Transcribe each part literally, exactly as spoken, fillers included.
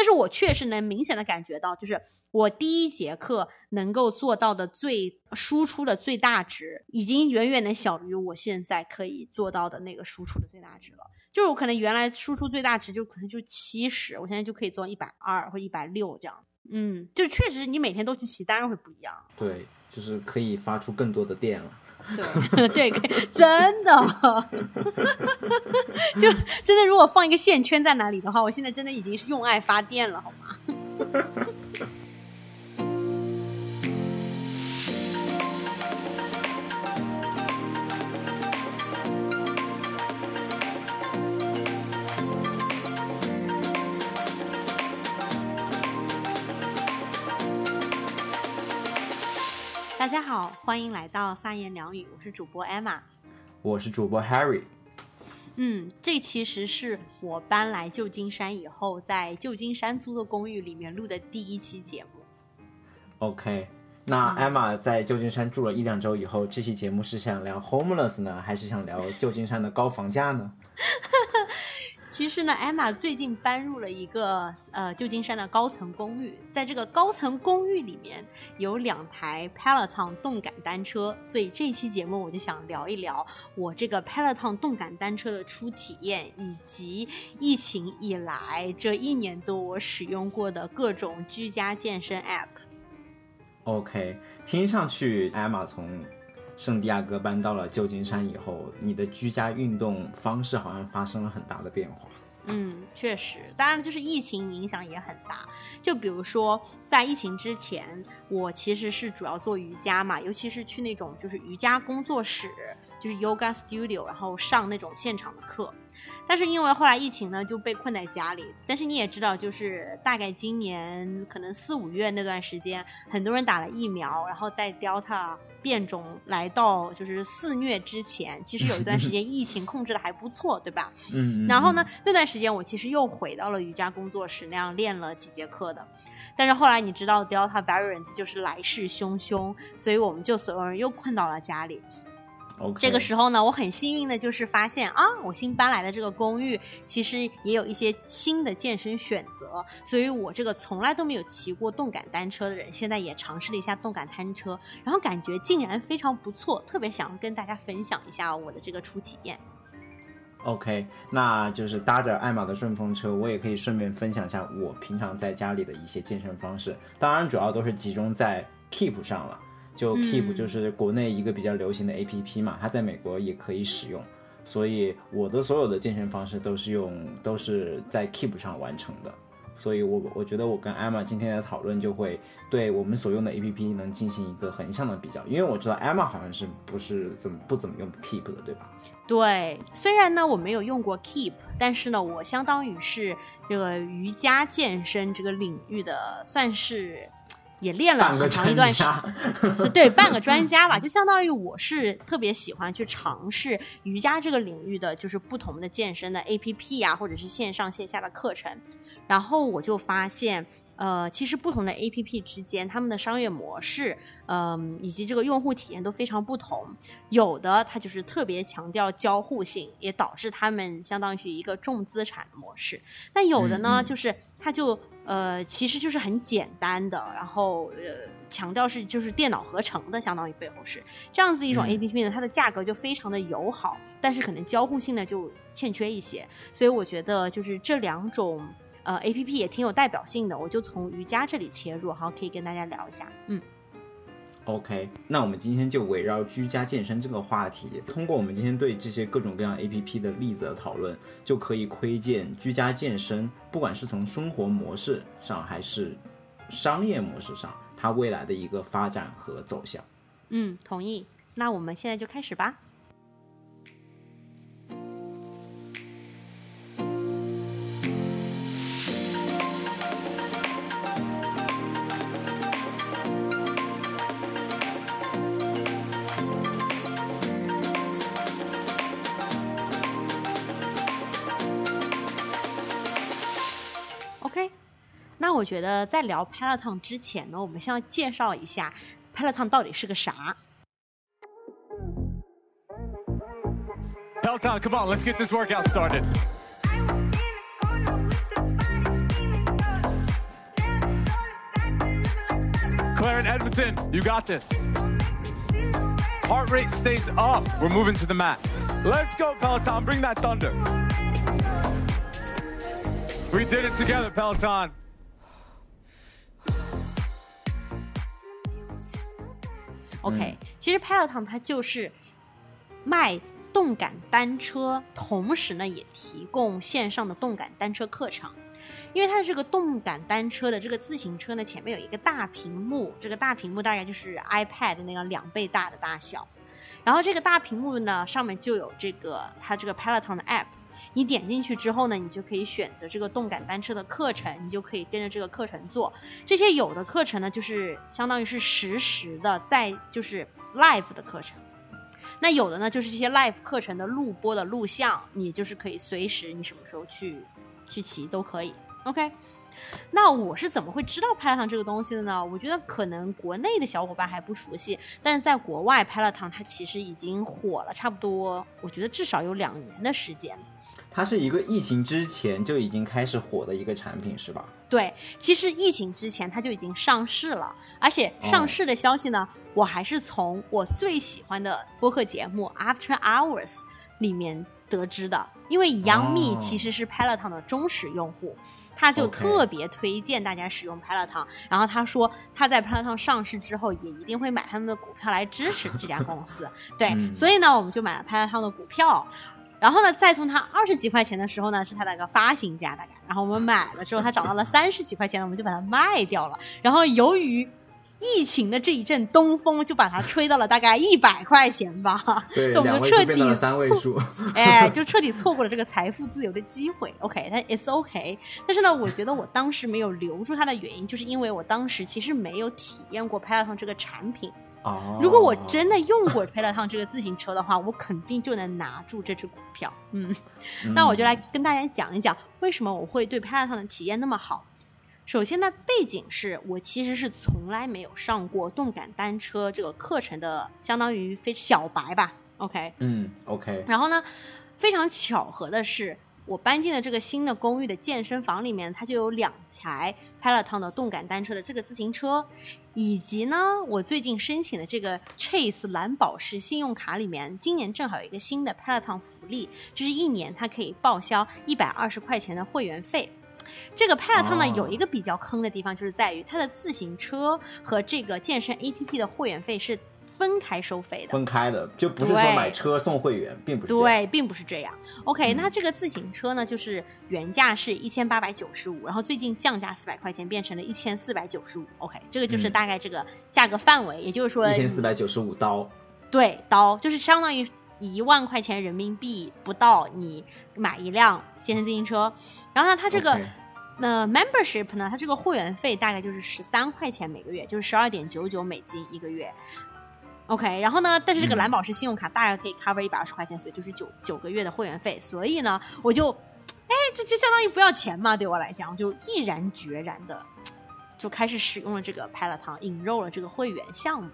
但是我确实能明显的感觉到，就是我第一节课能够做到的最输出的最大值已经远远的小于我现在可以做到的那个输出的最大值了。就是我可能原来输出最大值就可能就七十，我现在就可以做一百二或一百六这样。嗯，就确实你每天都去骑当然会不一样。 对，就是可以发出更多的电了。 对对，真的就真的如果放一个线圈在哪里的话，我现在真的已经是用爱发电了，好吗？大家好，欢迎来到三言两语，我是主播 Emma， 我是主播 Harry。 嗯，这其实是我搬来旧金山以后在旧金山租的公寓里面录的第一期节目。 OK， 那 Emma 在旧金山住了一两周以后，这期节目是想聊 homeless 呢，还是想聊旧金山的高房价呢？ 其实呢 Emma 最近搬入了一个呃旧金山的高层公寓，在这个高层公寓里面有两台 Peloton 动感单车，所以这期节目我就想聊一聊我这个 Peloton 动感单车的初体验，以及疫情以来这一年多我使用过的各种居家健身 App。 OK， 听上去 Emma 从圣地亚哥搬到了旧金山以后，你的居家运动方式好像发生了很大的变化。 嗯，确实，当然就是疫情影响也很大。就比如说在疫情之前，我其实是主要做瑜伽嘛，尤其是去那种就是瑜伽工作室，就是 Yoga Studio， 然后上那种现场的课。但是因为后来疫情呢就被困在家里，但是你也知道，就是大概今年可能四五月那段时间，很多人打了疫苗，然后在 Delta 变种来到就是肆虐之前，其实有一段时间疫情控制的还不错对吧？ 嗯， 然后呢那段时间我其实又回到了瑜伽工作室，那样练了几节课的。但是后来你知道 Delta variant 就是来势汹汹，所以我们就所有人又困到了家里。 Okay. 这个时候呢，我很幸运的就是发现啊，我新搬来的这个公寓其实也有一些新的健身选择，所以我这个从来都没有骑过动感单车的人，现在也尝试了一下动感单车，然后感觉竟然非常不错，特别想要跟大家分享一下我的这个初体验。 OK， 那就是搭着艾玛的顺风车，我也可以顺便分享一下我平常在家里的一些健身方式，当然主要都是集中在 Keep 上了。就 Keep 就是国内一个比较流行的 A P P 嘛，它在美国也可以使用，所以我的所有的健身方式都是用都是在 Keep 上完成的。所以我我觉得我跟 Emma 今天的讨论就会对我们所用的 A P P 能进行一个横向的比较，因为我知道 Emma 好像是不是怎么不怎么用 Keep 的，对吧？ 对，虽然呢我没有用过 Keep， 但是呢我相当于是这个瑜伽健身这个领域的算是也练了很长一段时间，对，半个专家吧，就相当于我是特别喜欢去尝试瑜伽这个领域的，就是不同的健身的 A P P 啊，或者是线上线下的课程。然后我就发现，呃，其实不同的 A P P 之间，他们的商业模式，嗯、呃，以及这个用户体验都非常不同。有的它就是特别强调交互性，也导致他们相当于一个重资产的模式。那有的呢，嗯嗯就是它就呃，其实就是很简单的，然后呃，强调是就是电脑合成的，相当于背后是这样子一种 A P P 呢，它的价格就非常的友好，但是可能交互性呢就欠缺一些。所以我觉得就是这两种呃 A P P 也挺有代表性的，我就从瑜伽这里切入，好，可以跟大家聊一下。嗯。 OK， 那我们今天就围绕居家健身这个话题，通过我们今天对这些各种各样 A P P 的例子的讨论，就可以窥见居家健身不管是从生活模式上还是商业模式上，它未来的一个发展和走向。 嗯，同意。那我们现在就开始吧。那我觉得在聊 Peloton 之前呢，我们先要介绍一下 Peloton 到底是个啥。 Peloton, come on, let's get this workout started. Claire and Edmonton, you got this. Heart rate stays up. We're moving to the mat. Let's go, Peloton. Bring that thunder. We did it together, Peloton. OK，、嗯、其实 Peloton 它就是卖动感单车，同时呢也提供线上的动感单车课程。因为它的这个动感单车的这个自行车呢，前面有一个大屏幕，这个大屏幕大概就是 iPad 那个两倍大的大小。然后这个大屏幕呢，上面就有这个它这个 Peloton 的 app。你点进去之后呢，你就可以选择这个动感单车的课程，你就可以跟着这个课程做。这些有的课程呢，就是相当于是实时的，在就是 live 的课程。那有的呢，就是这些 live 课程的录播的录像，你就是可以随时你什么时候去去骑都可以。OK， 那我是怎么会知道 Peloton 这个东西的呢？我觉得可能国内的小伙伴还不熟悉，但是在国外 Peloton 它其实已经火了差不多，我觉得至少有两年的时间。 它是一个疫情之前就已经开始火的一个产品是吧？ 对，其实疫情之前它就已经上市了，而且上市的消息呢、哦、我还是从我最喜欢的播客节目 After Hours 里面得知的，因为杨幂其实是 Peloton 的忠实用户、哦，他就特别推荐大家使用 Peloton， 然后他说他在 Peloton 上市之后也一定会买他们的股票来支持这家公司对、嗯，所以呢我们就买了 Peloton 的股票，然后呢再从他二十几块钱的时候呢是他的一个发行价大概，然后我们买了之后他涨到了三十几块钱了，我们就把它卖掉了，然后由于疫情的这一阵东风就把它吹到了大概一百块钱吧， 对， 所以我们就彻底两位数变到了三位数， 哎，就彻底错过了这个财富自由的机会。OK， 它 it's OK， 但是呢，我觉得我当时没有留住它的原因，就是因为我当时其实没有体验过 Peloton 这个产品。 哦， 如果我真的用过 Peloton 这个自行车的话，我肯定就能拿住这只股票。嗯，嗯那我就来跟大家讲一讲为什么我会对 Peloton 的体验那么好。首先呢，背景是我其实是从来没有上过动感单车这个课程的，相当于非小白吧 OK 嗯 OK 然后呢非常巧合的是我搬进了这个新的公寓的健身房里面，它就有两台 Peloton 的动感单车的这个自行车，以及呢我最近申请的这个 Chase 蓝宝石信用卡里面今年正好有一个新的 Peloton 福利，就是一年它可以报销一百二十块钱的会员费。这个 Peloton 呢、oh. 有一个比较坑的地方，就是在于它的自行车和这个健身 A P P 的会员费是分开收费的， 分开的，就不是说买车送会员，并不是这样， 对，并不是这样。OK，、嗯、那这个自行车呢，就是原价是一千八百九十五，然后最近降价四百块钱，变成了一千四百九十五。OK， 这个就是大概这个价格范围，嗯、也就是说一千四百九十五刀， 对，刀就是相当于一万块钱人民币不到，你买一辆健身自行车。然后呢，它这个。Okay.那 membership 呢？它这个会员费大概就是十三块钱每个月，就是十二点九九美金一个月。OK， 然后呢，但是这个蓝宝石信用卡大概可以 cover 一百二十块钱，所以就是九九个月的会员费。所以呢，我就，哎，这就相当于不要钱嘛，对我来讲，我就毅然决然的就开始使用了这个 Peloton， 引入了这个会员项目。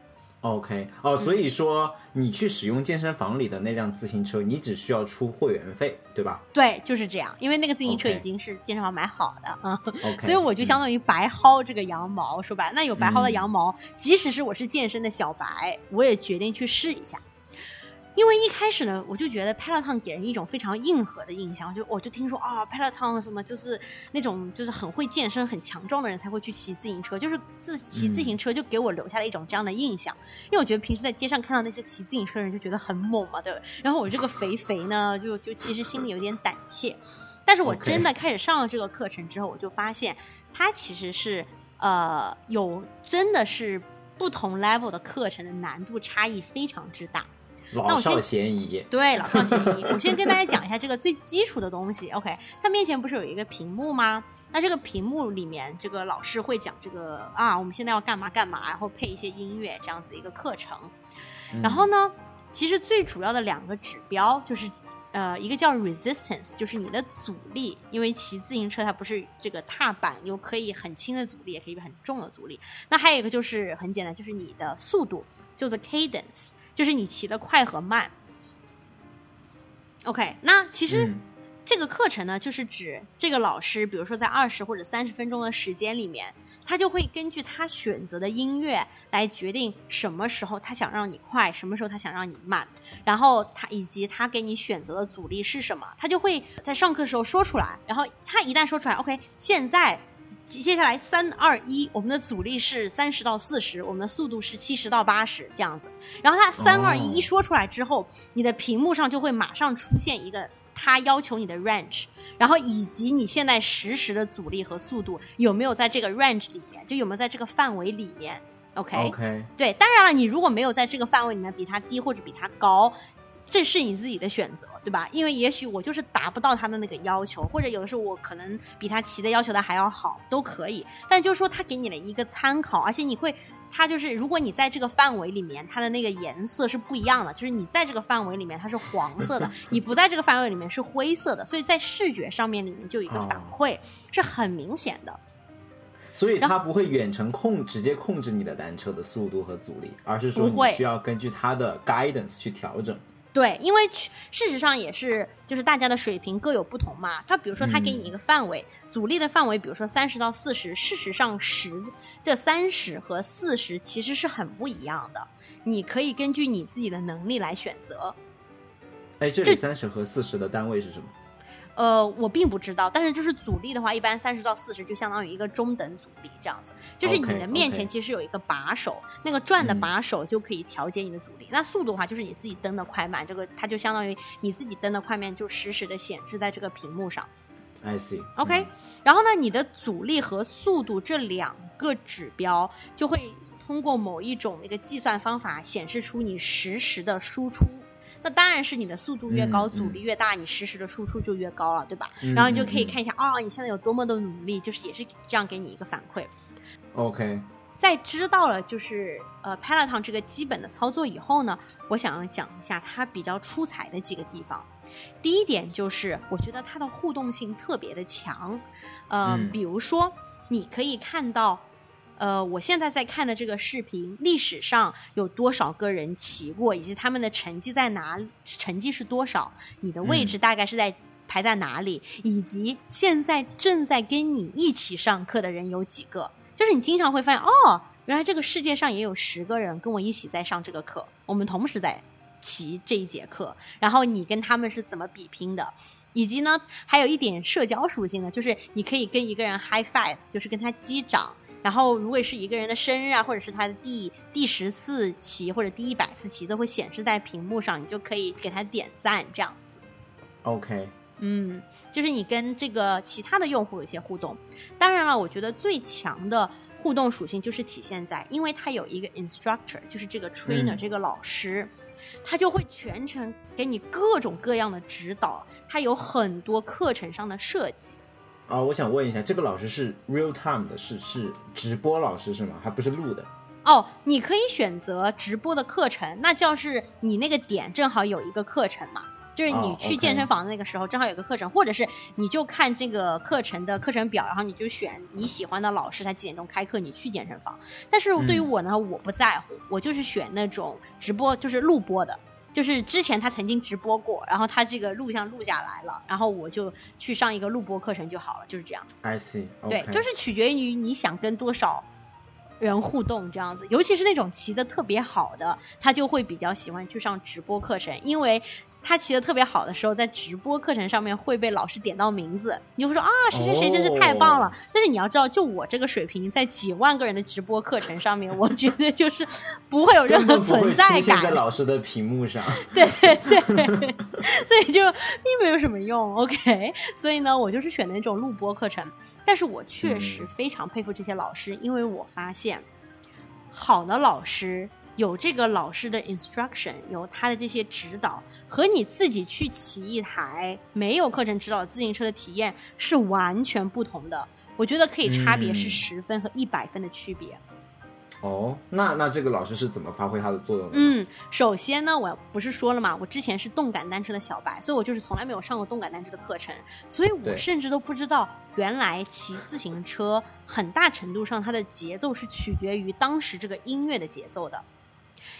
OK， 哦，所以说你去使用健身房里的那辆自行车，你只需要出会员费，对吧？ 对，就是这样，因为那个自行车已经是健身房买好的啊、 okay. 嗯， 所以我就相当于白薅这个羊毛。说白了，那有白薅的羊毛、嗯，即使是我是健身的小白，我也决定去试一下。因为一开始呢，我就觉得 Peloton 给人一种非常硬核的印象，就我就听说啊、哦、，Peloton 什么就是那种就是很会健身、很强壮的人才会去骑自行车，就是自骑自行车就给我留下了一种这样的印象。嗯、因为我觉得平时在街上看到那些骑自行车的人就觉得很猛嘛，对。然后我这个肥肥呢，就就其实心里有点胆怯。但是我真的开始上了这个课程之后，我就发现它其实是呃有真的是不同 level 的课程的难度差异非常之大。 老少咸宜， 对，老少咸宜。我先跟大家讲一下这个最基础的东西。OK， 他面前不是有一个屏幕吗？那这个屏幕里面，这个老师会讲这个啊，我们现在要干嘛干嘛，然后配一些音乐，这样子一个课程。嗯、然后呢，其实最主要的两个指标就是，呃，一个叫 resistance， 就是你的阻力，因为骑自行车它不是这个踏板，有可以很轻的阻力，也可以很重的阻力。那还有一个就是很简单，就是你的速度，就是 cadence。就是你骑的快和慢 OK， 那其实这个课程呢，就是指这个老师，比如说在二十或者三十分钟的时间里面，他就会根据他选择的音乐来决定什么时候他想让你快，什么时候他想让你慢，然后他以及他给你选择的阻力是什么，他就会在上课的时候说出来。然后他一旦说出来 OK 现在接下来三二一，我们的阻力是三十到四十，我们的速度是七十到八十这样子。然后他三二一一说出来之后，你的屏幕上就会马上出现一个他要求你的 range， 然后以及你现在实时的阻力和速度有没有在这个 range 里面，就有没有在这个范围里面。 OK OK 对，当然了，你如果没有在这个范围里面比他低或者比他高，这是你自己的选择，对吧？因为也许我就是达不到他的那个要求，或者有的时候我可能比他骑的要求的还要好，都可以。但就是说他给你了一个参考，而且你会它就是如果你在这个范围里面，它的那个颜色是不一样的，就是你在这个范围里面它是黄色的你不在这个范围里面是灰色的，所以在视觉上面里面就有一个反馈、哦、是很明显的。 所以它不会远程控直接控制你的单车的速度和阻力，而是说你需要根据它的 guidance 去调整。对， 因为事实上也是就是大家的水平各有不同嘛，他比如说他给你一个范围、嗯、阻力的范围比如说三十到四十，事实上十这三十和四十其实是很不一样的，你可以根据你自己的能力来选择。 哎，这里三十和四十的单位是什么？ 呃，我并不知道，但是就是阻力的话，一般三十到四十就相当于一个中等阻力这样子，就是你的面前其实有一个把手， okay, okay. 那个转的把手就可以调节你的阻力、嗯、那速度的话就是你自己蹬的快慢，这个它就相当于你自己蹬的快慢就实时的显示在这个屏幕上。 I see OK、嗯、然后呢你的阻力和速度这两个指标就会通过某一种那个计算方法显示出你实时的输出，那当然是你的速度越高、嗯、阻力越大、嗯、你实时的输出就越高了，对吧、嗯、然后你就可以看一下啊、嗯哦，你现在有多么的努力，就是也是这样给你一个反馈。 OK， 在知道了就是呃 Peloton 这个基本的操作以后呢，我想要讲一下它比较出彩的几个地方。第一点就是我觉得它的互动性特别的强，呃、嗯，比如说你可以看到呃，我现在在看的这个视频，历史上有多少个人骑过，以及他们的成绩在哪，成绩是多少，你的位置大概是在、嗯、排在哪里，以及现在正在跟你一起上课的人有几个。就是你经常会发现，哦，原来这个世界上也有十个人跟我一起在上这个课，我们同时在骑这一节课，然后你跟他们是怎么比拼的。以及呢，还有一点社交属性的，就是你可以跟一个人 high five， 就是跟他击掌。然后如果是一个人的生日啊，或者是他的第第十次骑或者第一百次骑，都会显示在屏幕上，你就可以给他点赞这样子。 OK， 嗯，就是你跟这个其他的用户有一些互动。当然了，我觉得最强的互动属性就是体现在，因为他有一个 instructor， 就是这个 trainer、嗯、这个老师，他就会全程给你各种各样的指导，他有很多课程上的设计。 啊、哦，我想问一下，这个老师是 real time 的，是是直播老师是吗？还不是录的？ 哦，你可以选择直播的课程，那就是你那个点正好有一个课程嘛，就是你去健身房的那个时候正好有个课程、哦 okay、或者是你就看这个课程的课程表，然后你就选你喜欢的老师他几点钟开课，你去健身房。但是对于我呢、嗯、我不在乎，我就是选那种直播，就是录播的，就是之前他曾经直播过，然后他这个录像录下来了，然后我就去上一个录播课程就好了，就是这样子。 I see、okay. 对，就是取决于你想跟多少人互动这样子，尤其是那种骑得特别好的，他就会比较喜欢去上直播课程，因为他骑得特别好的时候，在直播课程上面会被老师点到名字，你就会说啊，谁谁谁真是太棒了、oh. 但是你要知道，就我这个水平，在几万个人的直播课程上面，我觉得就是不会有任何存在感， 出现在老师的屏幕上。 对对对，所以就并没有什么用。 OK， 所以呢，我就是选的那种录播课程。但是我确实非常佩服这些老师、嗯、因为我发现好的老师有这个老师的 instruction， 有他的这些指导，和你自己去骑一台没有课程指导的自行车的体验是完全不同的。我觉得可以差别是十分和一百分的区别。 哦，那那这个老师是怎么发挥他的作用的？ 嗯，首先呢，我不是说了嘛，我之前是动感单车的小白，所以我就是从来没有上过动感单车的课程，所以我甚至都不知道原来骑自行车很大程度上它的节奏是取决于当时这个音乐的节奏的。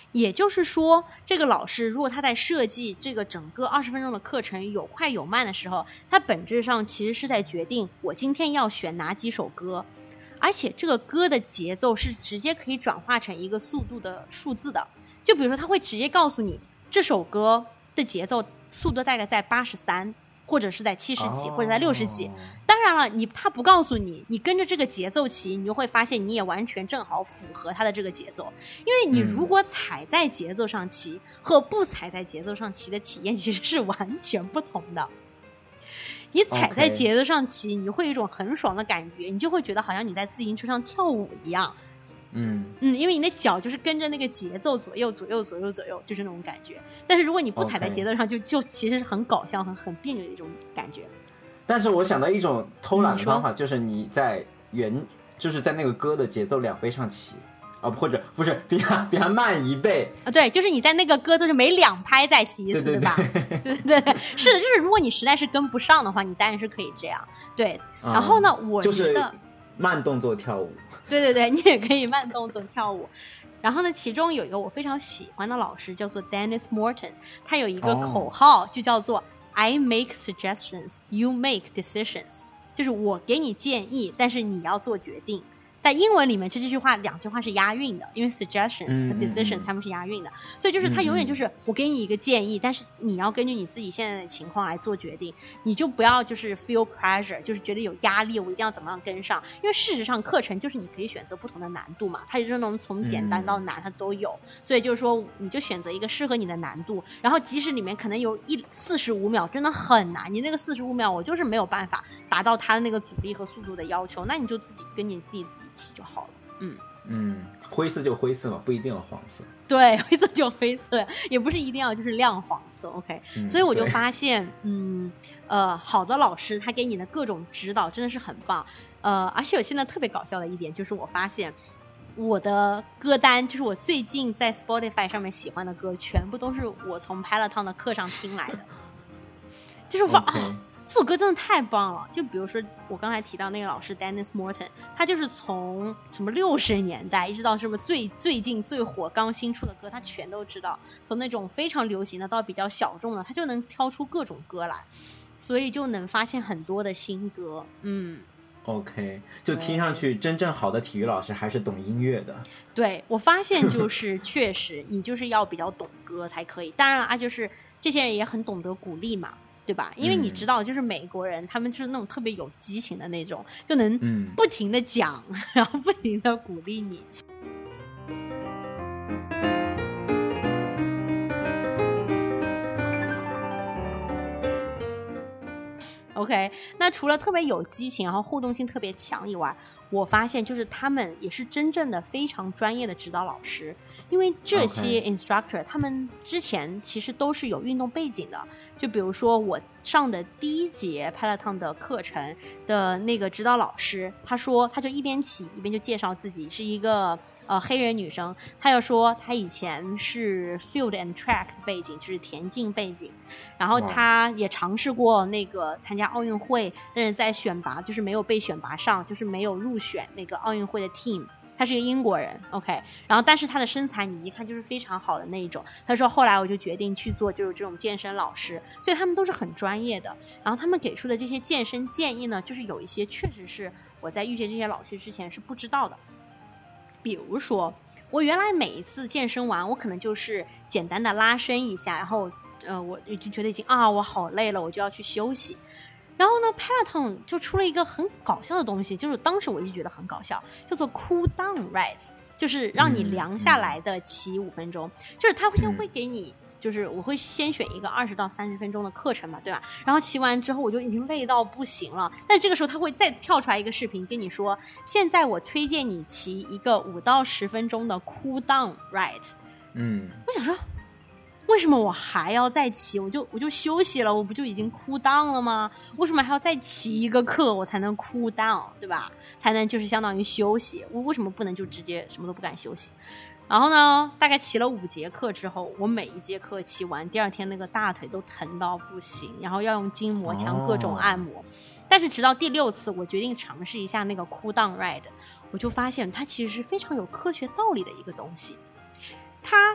也就是说，这个老师如果他在设计这个整个二十分钟的课程有快有慢的时候，他本质上其实是在决定我今天要选哪几首歌，而且这个歌的节奏是直接可以转化成一个速度的数字的。就比如说他会直接告诉你这首歌的节奏速度大概在八十三，或者是在七十几、哦、或者在六十几。当然了，你他不告诉你，你跟着这个节奏骑，你就会发现你也完全正好符合他的这个节奏。因为你如果踩在节奏上骑、嗯、和不踩在节奏上骑的体验其实是完全不同的。你踩在节奏上骑， okay. 你会有一种很爽的感觉，你就会觉得好像你在自行车上跳舞一样。 嗯嗯，因为你的脚就是跟着那个节奏左右左右左右左右，就是那种感觉。但是如果你不踩在节奏上， okay. 就就其实是很搞笑、很很别扭的一种感觉。 但是我想到一种偷懒的方法，就是你在原就是在那个歌的节奏两倍上骑啊，或者不是比它比它慢一倍啊，对，就是你在那个歌都是每两拍再骑一次， 对, 对, 对, 对吧？对对对，是的，就是如果你实在是跟不上的话，你当然是可以这样。对，然后呢，嗯、我觉得、 就是、慢动作跳舞。 对对对，你也可以慢动作跳舞。然后呢，其中有一个我非常喜欢的老师叫做 Dennis Morton， 他有一个口号、哦、就叫做 I make suggestions, you make decisions， 就是我给你建议，但是你要做决定。在英文里面这句话两句话是押韵的，因为 suggestions 和 decisions 他们是押韵的、嗯、所以就是他永远就是我给你一个建议、嗯、但是你要根据你自己现在的情况来做决定，你就不要就是 feel pressure， 就是觉得有压力我一定要怎么样跟上，因为事实上课程就是你可以选择不同的难度嘛，它就是那种从简单到难它都有、嗯、所以就是说你就选择一个适合你的难度，然后即使里面可能有一四十五秒真的很难，你那个四十五秒我就是没有办法达到它的那个阻力和速度的要求，那你就自己跟你自己自己就好了。嗯嗯，灰色就灰色嘛，不一定要黄色。 对，灰色就灰色，也不是一定要就是亮黄色。 OK、嗯、所以我就发现嗯呃，好的老师他给你的各种指导真的是很棒。呃，而且我现在特别搞笑的一点就是我发现我的歌单，就是我最近在 Spotify 上面喜欢的歌全部都是我从 Peloton 的课上听来的。就是我发现、okay. 哦，这首歌真的太棒了。就比如说我刚才提到那个老师 Dennis Morton， 他就是从什么六十年代一直到什么最最近最火刚新出的歌他全都知道，从那种非常流行的到比较小众的他就能挑出各种歌来，所以就能发现很多的新歌。嗯 OK， 就听上去真正好的体育老师还是懂音乐的。 对，我发现就是确实你就是要比较懂歌才可以，当然了啊，就是这些人也很懂得鼓励嘛，对吧？因为你知道就是美国人、嗯、他们就是那种特别有激情的那种，就能不停的讲、嗯、然后不停的鼓励你。OK， 那除了特别有激情然后互动性特别强以外，我发现就是他们也是真正的非常专业的指导老师，因为这些 instructor、okay. 他们之前其实都是有运动背景的。就比如说我上的第一节 Peloton 的课程的那个指导老师，他说他就一边骑一边就介绍自己是一个呃黑人女生，他又说他以前是 field and track 的背景，就是田径背景，然后他也尝试过那个参加奥运会，但是在选拔就是没有被选拔上，就是没有入选那个奥运会的 team。他是一个英国人 OK， 然后但是他的身材你一看就是非常好的那一种。他说后来我就决定去做就是这种健身老师，所以他们都是很专业的，然后他们给出的这些健身建议呢，就是有一些确实是我在遇见这些老师之前是不知道的。比如说我原来每一次健身完我可能就是简单的拉伸一下，然后呃我就觉得已经啊我好累了，我就要去休息。然后呢 Peloton 就出了一个很搞笑的东西，就是当时我就觉得很搞笑，叫做 cool down rides， 就是让你凉下来的骑五分钟、嗯、就是他会先会给你、嗯、就是我会先选一个二十到三十分钟的课程嘛，对吧？然后骑完之后我就已经累到不行了，但这个时候他会再跳出来一个视频跟你说，现在我推荐你骑一个五到十分钟的 cool down ride。 嗯， 我想说为什么我还要再骑？我就我就休息了，我不就已经 cool down 了吗？为什么还要再骑一个课我才能 cool down， 对吧？才能就是相当于休息，我为什么不能就直接什么都不敢休息？然后呢，大概骑了五节课之后，我每一节课骑完，第二天那个大腿都疼到不行，然后要用筋膜枪各种按摩、哦、但是直到第六次我决定尝试一下那个 cool down ride， 我就发现它其实是非常有科学道理的一个东西。它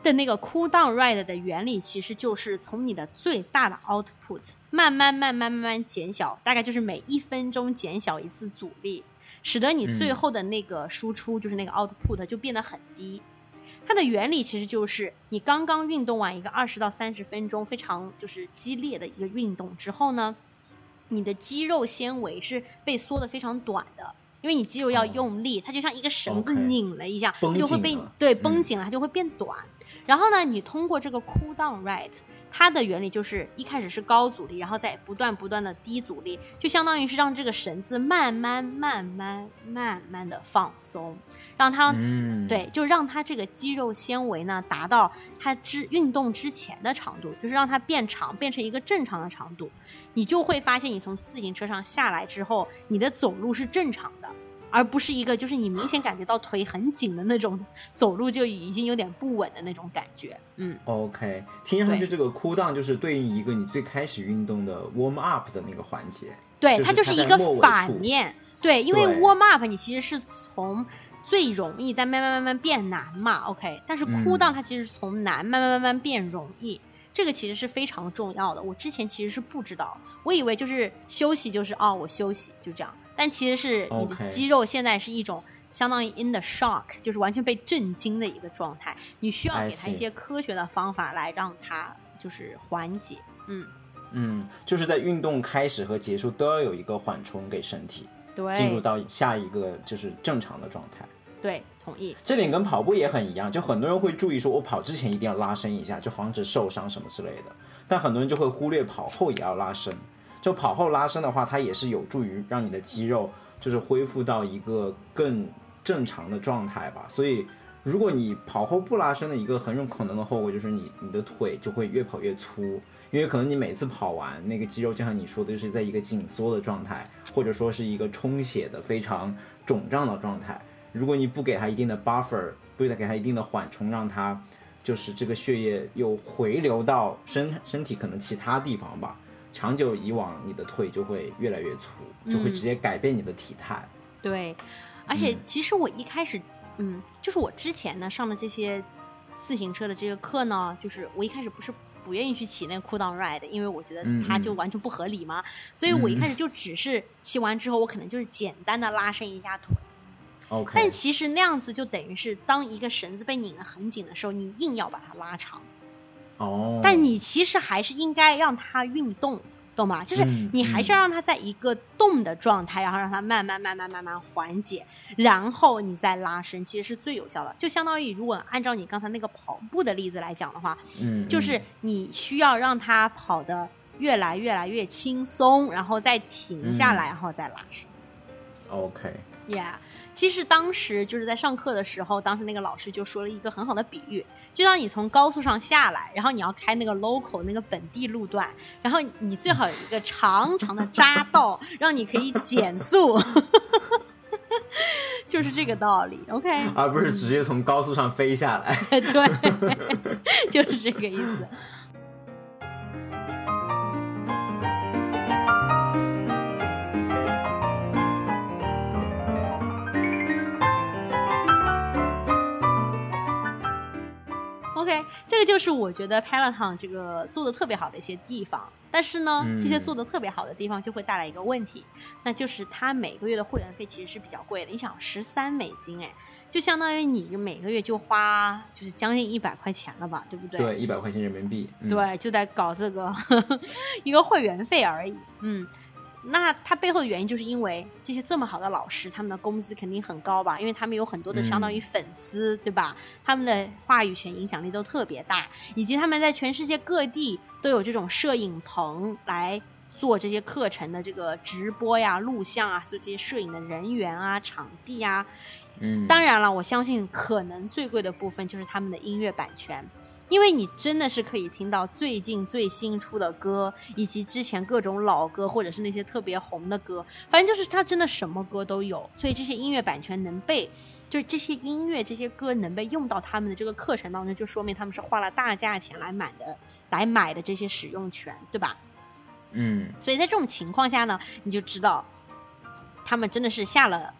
的那个 cool down rate 的原理其实就是从你的最大的 output 慢慢慢慢慢慢减小，大概就是每一分钟减小一次阻力，使得你最后的那个输出、嗯、就是那个 output 就变得很低。它的原理其实就是你刚刚运动完一个二十到三十分钟非常就是激烈的一个运动之后呢，你的肌肉纤维是被缩得非常短的，因为你肌肉要用力、哦、它就像一个绳子拧了一下、okay, 它就会被对绷紧了、嗯、它就会变短。然后呢你通过这个 cool down rate， 它的原理就是一开始是高阻力，然后再不断不断的低阻力，就相当于是让这个绳子慢慢慢慢慢慢的放松，让它、嗯、对，就让它这个肌肉纤维呢达到它之运动之前的长度，就是让它变长，变成一个正常的长度。你就会发现你从自行车上下来之后，你的走路是正常的，而不是一个就是你明显感觉到腿很紧的那种走路就已经有点不稳的那种感觉。嗯 OK， 听上去这个 cool down 就是对应一个你最开始运动的 warm up 的那个环节。 对， 就是、 它就是一个反面。对，因为 warm up 你其实是从最容易再慢慢慢慢变难嘛 OK， 但是 cool down 它其实是从难慢慢慢慢变容易、嗯，这个其实是非常重要的。我之前其实是不知道，我以为就是休息就是哦我休息就这样，但其实是你的肌肉现在是一种相当于 in the shock， 就是完全被震惊的一个状态，你需要给它一些科学的方法来让它就是缓解。嗯嗯，就是在运动开始和结束都要有一个缓冲给身体， 对， 进入到下一个就是正常的状态。 对，同意。 这点跟跑步也很一样，就很多人会注意说我跑之前一定要拉伸一下，就防止受伤什么之类的，但很多人就会忽略跑后也要拉伸。就跑后拉伸的话，它也是有助于让你的肌肉就是恢复到一个更正常的状态吧。所以如果你跑后不拉伸的一个很有可能的后果就是你你的腿就会越跑越粗，因为可能你每次跑完那个肌肉就像你说的就是在一个紧缩的状态，或者说是一个充血的非常肿胀的状态，如果你不给它一定的 buffer， 不给它一定的缓冲，让它就是这个血液又回流到身身体可能其他地方吧，长久以往你的腿就会越来越粗，就会直接改变你的体态、嗯、 对，而且其实我一开始嗯就是我之前呢上的这些自行车的这个课呢，就是我一开始不是不愿意去骑那个 cool down ride， 因为我觉得它就完全不合理嘛、嗯、所以我一开始就只是骑完之后我可能就是简单的拉伸一下腿 Okay. 但其实那样子就等于是当一个绳子被拧得很紧的时候，你硬要把它拉长、 oh. 但你其实还是应该让它运动，懂吗？就是你还是要让它在一个动的状态、嗯、然后让它慢慢慢慢慢慢缓解，然后你再拉伸，其实是最有效的。就相当于如果按照你刚才那个跑步的例子来讲的话、 嗯、 就是你需要让它跑得越来越来越轻松，然后再停下来、嗯、然后再拉伸。 OK Yeah， 其实当时就是在上课的时候，当时那个老师就说了一个很好的比喻，就当你从高速上下来，然后你要开那个 local 那个本地路段，然后你最好有一个长长的匝道让你可以减速就是这个道理 OK， 而不是直接从高速上飞下来对就是这个意思。OK， 这个就是我觉得 Peloton 这个做的特别好的一些地方，但是呢、嗯、这些做的特别好的地方就会带来一个问题，那就是它每个月的会员费其实是比较贵的。你想十三美金哎，就相当于你每个月就花就是将近一百块钱了吧，对不对？ 对，一百块钱人民币、嗯、 对，就在搞这个呵呵一个会员费而已。嗯，那它背后的原因就是因为这些这么好的老师他们的工资肯定很高吧，因为他们有很多的相当于粉丝、嗯、对吧，他们的话语权影响力都特别大，以及他们在全世界各地都有这种摄影棚来做这些课程的这个直播呀录像啊，所以这些摄影的人员啊场地啊， 嗯， 当然了我相信可能最贵的部分就是他们的音乐版权，因为你真的是可以听到最近最新出的歌，以及之前各种老歌，或者是那些特别红的歌，反正就是它真的什么歌都有，所以这些音乐版权能被就是这些音乐这些歌能被用到他们的这个课程当中，就说明他们是花了大价钱来买的来买的这些使用权，对吧？ 嗯， 所以在这种情况下呢，你就知道他们真的是下了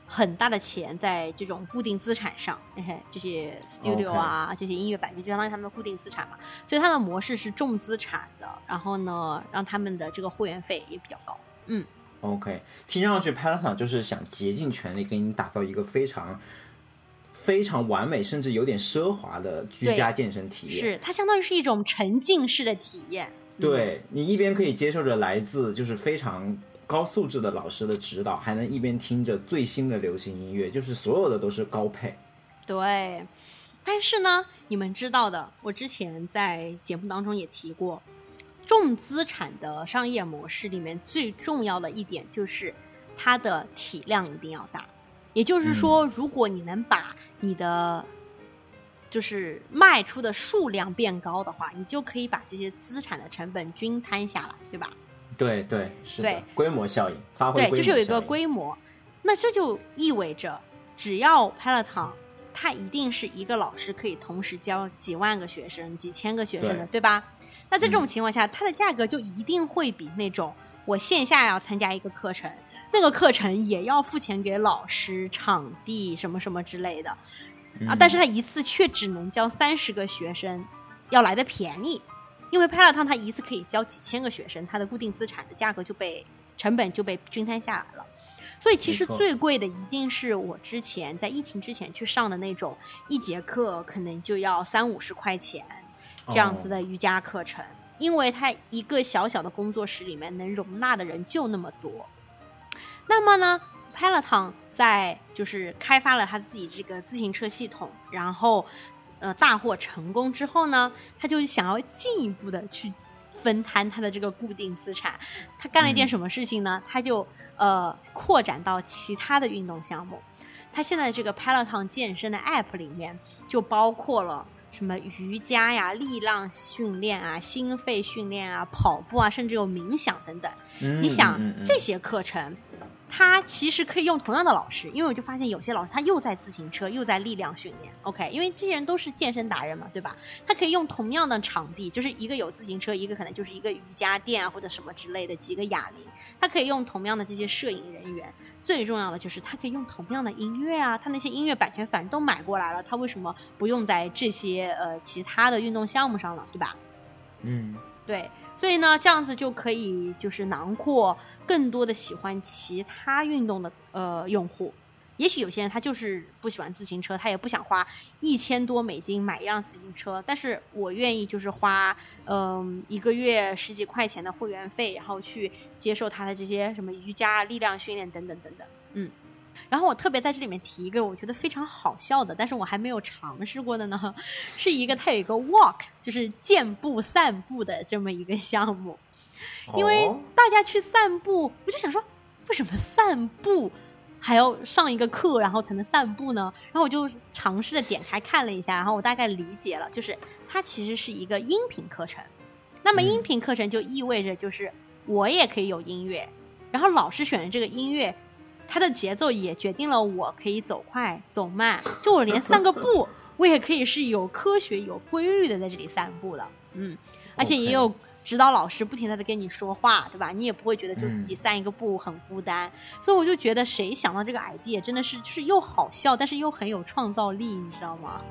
很大的钱在这种固定资产上，嘿嘿，这些 studio 啊， okay. 这些音乐版权就相当于他们的固定资产嘛，所以他们模式是重资产的，然后呢，让他们的这个会员费也比较高。嗯 ，OK， 听上去 Peloton 就是想竭尽全力给你打造一个非常非常完美，甚至有点奢华的居家健身体验。 是，它相当于是一种沉浸式的体验。 对，你一边可以接受着来自就是非常高素质的老师的指导，还能一边听着最新的流行音乐，就是所有的都是高配。 对，但是呢，你们知道的，我之前在节目当中也提过，重资产的商业模式里面最重要的一点就是它的体量一定要大。也就是说，如果你能把你的就是卖出的数量变高的话，你就可以把这些资产的成本均摊下来，对吧？ 对对，是的， 对， 规模效应，发挥规模效应， 对，就是有一个规模。那这就意味着，只要 Peloton， 它一定是一个老师可以同时教几万个学生、几千个学生的， 对, 对吧？那在这种情况下，嗯，它的价格就一定会比那种我线下要参加一个课程，那个课程也要付钱给老师、场地什么什么之类的。啊，但是他一次却只能教三十个学生，要来的便宜，因为 Peloton 他一次可以教几千个学生，他的固定资产的价格就被成本就被均摊下来了。所以其实最贵的一定是我之前在疫情之前去上的那种一节课可能就要三五十块钱这样子的瑜伽课程，哦，因为他一个小小的工作室里面能容纳的人就那么多。那么呢Peloton 在就是开发了他自己这个自行车系统，然后呃大获成功之后呢，他就想要进一步的去分摊他的这个固定资产。他干了一件什么事情呢？嗯，他就呃扩展到其他的运动项目。他现在这个 Peloton 健身的 App 里面就包括了什么瑜伽呀、力量训练啊、心肺训练啊、跑步啊，甚至有冥想等等。 嗯， 你想， 嗯嗯， 这些课程他其实可以用同样的老师，因为我就发现有些老师他又在自行车又在力量训练 OK， 因为这些人都是健身达人嘛，对吧？他可以用同样的场地，就是一个有自行车，一个可能就是一个瑜伽垫啊或者什么之类的几个哑铃，他可以用同样的这些摄影人员，最重要的就是他可以用同样的音乐啊，他那些音乐版权反正都买过来了，他为什么不用在这些呃其他的运动项目上了，对吧？ 嗯， 对，所以呢这样子就可以就是囊括更多的喜欢其他运动的呃用户。也许有些人他就是不喜欢自行车，他也不想花一千多美金买一辆自行车，但是我愿意就是花嗯、呃、一个月十几块钱的会员费，然后去接受他的这些什么瑜伽、力量训练等等等等。嗯，然后我特别在这里面提一个我觉得非常好笑的，但是我还没有尝试过的呢，是一个它有一个 walk， 就是健步散步的这么一个项目。因为大家去散步，我就想说为什么散步还要上一个课然后才能散步呢？然后我就尝试着点开看了一下，然后我大概理解了，就是它其实是一个音频课程。那么音频课程就意味着就是我也可以有音乐，然后老师选的这个音乐它的节奏也决定了我可以走快走慢，就我连散个步我也可以是有科学有规律的在这里散步的。嗯，而且也有指导老师不停地在跟你说话，对吧？你也不会觉得就自己散一个步很孤单。嗯，所以我就觉得谁想到这个 idea 真的是就是又好笑但是又很有创造力，你知道吗？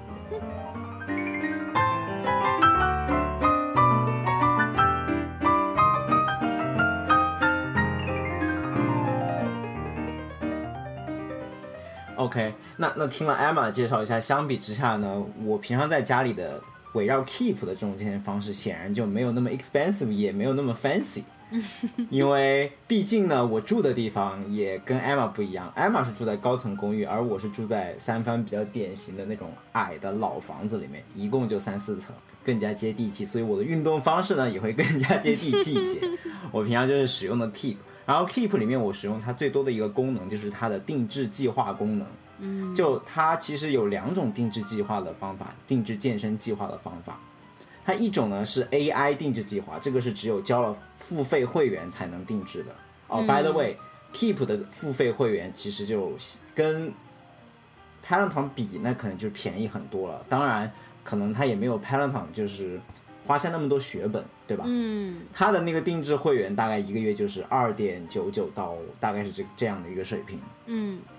OK， 那那听了 Emma 介绍一下，相比之下呢，我平常在家里的围绕 Keep 的这种健身方式显然就没有那么 expensive， 也没有那么 fancy。因为毕竟呢我住的地方也跟 Emma 不一样， Emma 是住在高层公寓，而我是住在三藩比较典型的那种矮的老房子里面，一共就三四层，更加接地气，所以我的运动方式呢也会更加接地气一些。我平常就是使用的 Keep， 然后 Keep 里面我使用它最多的一个功能就是它的定制计划功能。 嗯， 就它其实有两种定制计划的方法，定制健身计划的方法。它一种呢是 A I 定制计划，这个是只有交了付费会员才能定制的。哦、嗯 ，by the way， Keep 的付费会员其实就跟 Peloton 比，那可能就便宜很多了。当然，可能它也没有 Peloton 就是花下那么多血本，对吧？ 嗯， 它的那个定制会员大概一个月就是二点九九到大概是这这样的一个水平。 嗯。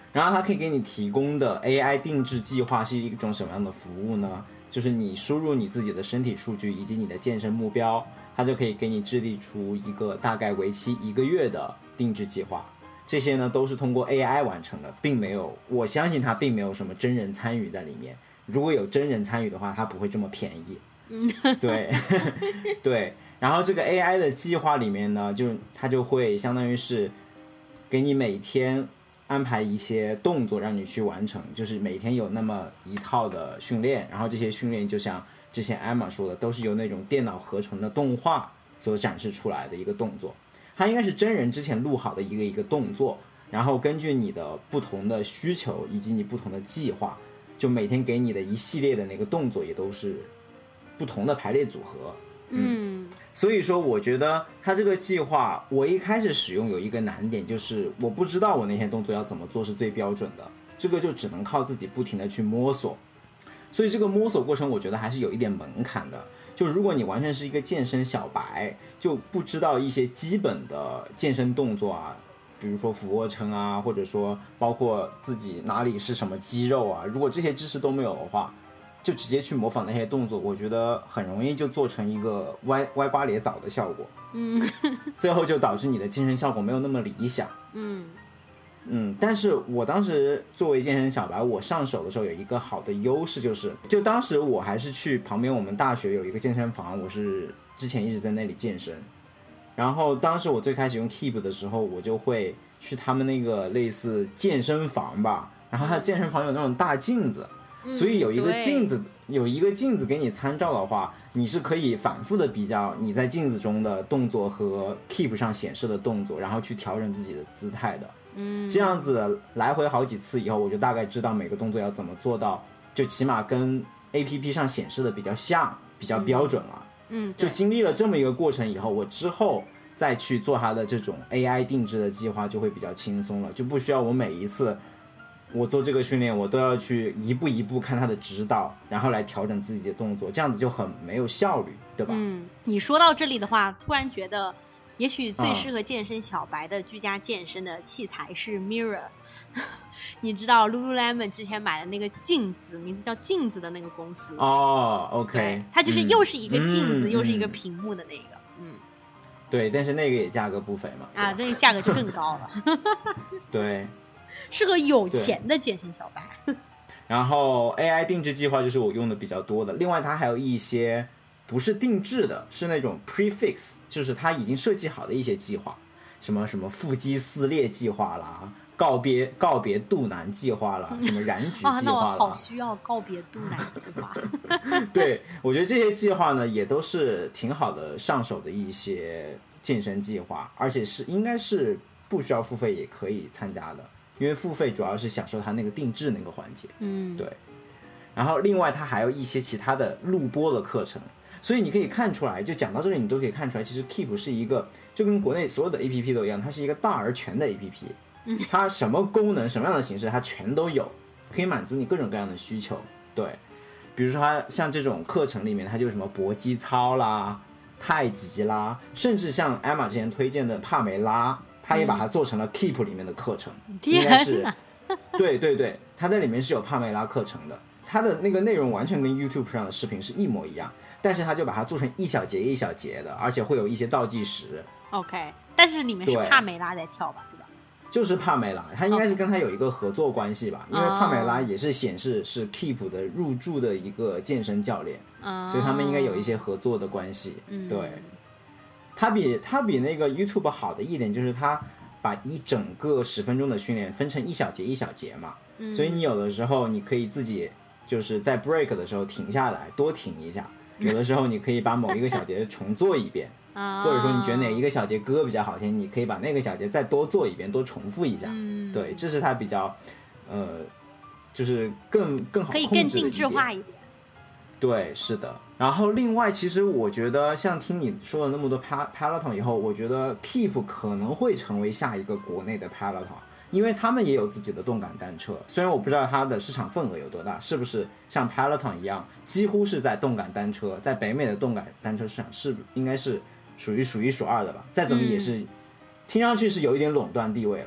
然后它可以给你提供的 A I 定制计划是一种什么样的服务呢？就是你输入你自己的身体数据以及你的健身目标，它就可以给你制定出一个大概为期一个月的定制计划。这些呢都是通过 A I 完成的，并没有，我相信它并没有什么真人参与在里面。如果有真人参与的话，它不会这么便宜。 嗯， 对对。然后这个 A I 的计划里面呢，就它就会相当于是给你每天安排一些动作让你去完成，就是每天有那么一套的训练，然后这些训练就像之前 Emma 说的，都是由那种电脑合成的动画所展示出来的一个动作。它应该是真人之前录好的一个一个动作，然后根据你的不同的需求以及你不同的计划，就每天给你的一系列的那个动作也都是不同的排列组合。 嗯， 所以说我觉得它这个计划，我一开始使用有一个难点，就是我不知道我那些动作要怎么做是最标准的，这个就只能靠自己不停的去摸索。所以这个摸索过程我觉得还是有一点门槛的，就如果你完全是一个健身小白，就不知道一些基本的健身动作啊，比如说俯卧撑啊，或者说包括自己哪里是什么肌肉啊，如果这些知识都没有的话，就直接去模仿那些动作，我觉得很容易就做成一个歪歪瓜裂枣的效果。 嗯， 最后就导致你的健身效果没有那么理想。 嗯嗯，但是我当时作为健身小白，我上手的时候有一个好的优势，就是就当时我还是去旁边我们大学有一个健身房，我是之前一直在那里健身。然后当时我最开始用 Keep 的时候，我就会去他们那个类似健身房吧，然后他健身房有那种大镜子，所以有一个镜子，有一个镜子给你参照的话，你是可以反复的比较你在镜子中的动作和 Keep 上显示的动作，然后去调整自己的姿态的。 嗯， 这样子来回好几次以后，我就大概知道每个动作要怎么做到，就起码跟 A P P 上显示的比较像，比较标准了。 嗯， 就经历了这么一个过程以后，我之后再去做它的这种 A I 定制的计划就会比较轻松了，就不需要我每一次我做这个训练我都要去一步一步看它的指导，然后来调整自己的动作，这样子就很没有效率，对吧？ 嗯，你说到这里的话，突然觉得也许最适合健身小白的居家健身的器材是 Mirror。你知道 Lululemon 之前买的那个镜子，名字叫镜子的那个公司哦 OK， 对，它就是又是一个镜子、 嗯、 又是一个屏幕的那个。嗯， 对，但是那个也价格不菲嘛。 啊，那个价格就更高了。 对， 适合有钱的健身小白。 然后 A I 定制计划就是我用的比较多的，另外它还有一些不是定制的，是那种 prefix， 就是它已经设计好的一些计划，什么什么腹肌撕裂计划啦，告别告别肚腩计划啦，什么燃脂计划啦。 哇，那我好需要告别肚腩计划。 对，我觉得这些计划呢也都是挺好的上手的一些健身计划，而且是应该是不需要付费也可以参加的，因为付费主要是享受它那个定制那个环节。 嗯， 对。然后另外它还有一些其他的录播的课程，所以你可以看出来，就讲到这里你都可以看出来，其实 Keep 是一个就跟国内所有的 A P P 都一样，它是一个大而全的 A P P， 它什么功能什么样的形式它全都有，可以满足你各种各样的需求。对，比如说它像这种课程里面，它就有什么搏击操啦、太极啦，甚至像 Emma 之前推荐的帕梅拉，它也把它做成了 Keep 里面的课程， 嗯、 应该是对对对，它在里面是有帕梅拉课程的，它的那个内容完全跟 YouTube 上的视频是一模一样，但是它就把它做成一小节一小节的，而且会有一些倒计时。 OK， 但是里面是帕梅拉在跳吧，对吧？ 就是帕梅拉，它应该是跟它有一个合作关系吧， okay. 因为帕梅拉也是显示是 Keep 的入驻的一个健身教练， oh. 所以他们应该有一些合作的关系。 嗯， 对，它比它比那个 YouTube 好的一点就是它把一整个十分钟的训练分成一小节一小节嘛， 嗯， 所以你有的时候你可以自己就是在 break 的时候停下来多停一下，有的时候你可以把某一个小节重做一遍或者说你觉得哪一个小节歌比较好听，你可以把那个小节再多做一遍，多重复一下。 嗯， 对，这是它比较呃就是更更好控制的一点， 可以更定制化一点。 对，是的。然后另外其实我觉得像听你说了那么多 Peloton 以后，我觉得 Keep 可能会成为下一个国内的 Peloton， 因为他们也有自己的动感单车，虽然我不知道它的市场份额有多大，是不是像 Peloton 一样几乎是在动感单车在北美的动感单车市场是应该是属于数一数二的吧，再怎么也是、嗯、听上去是有一点垄断地位了。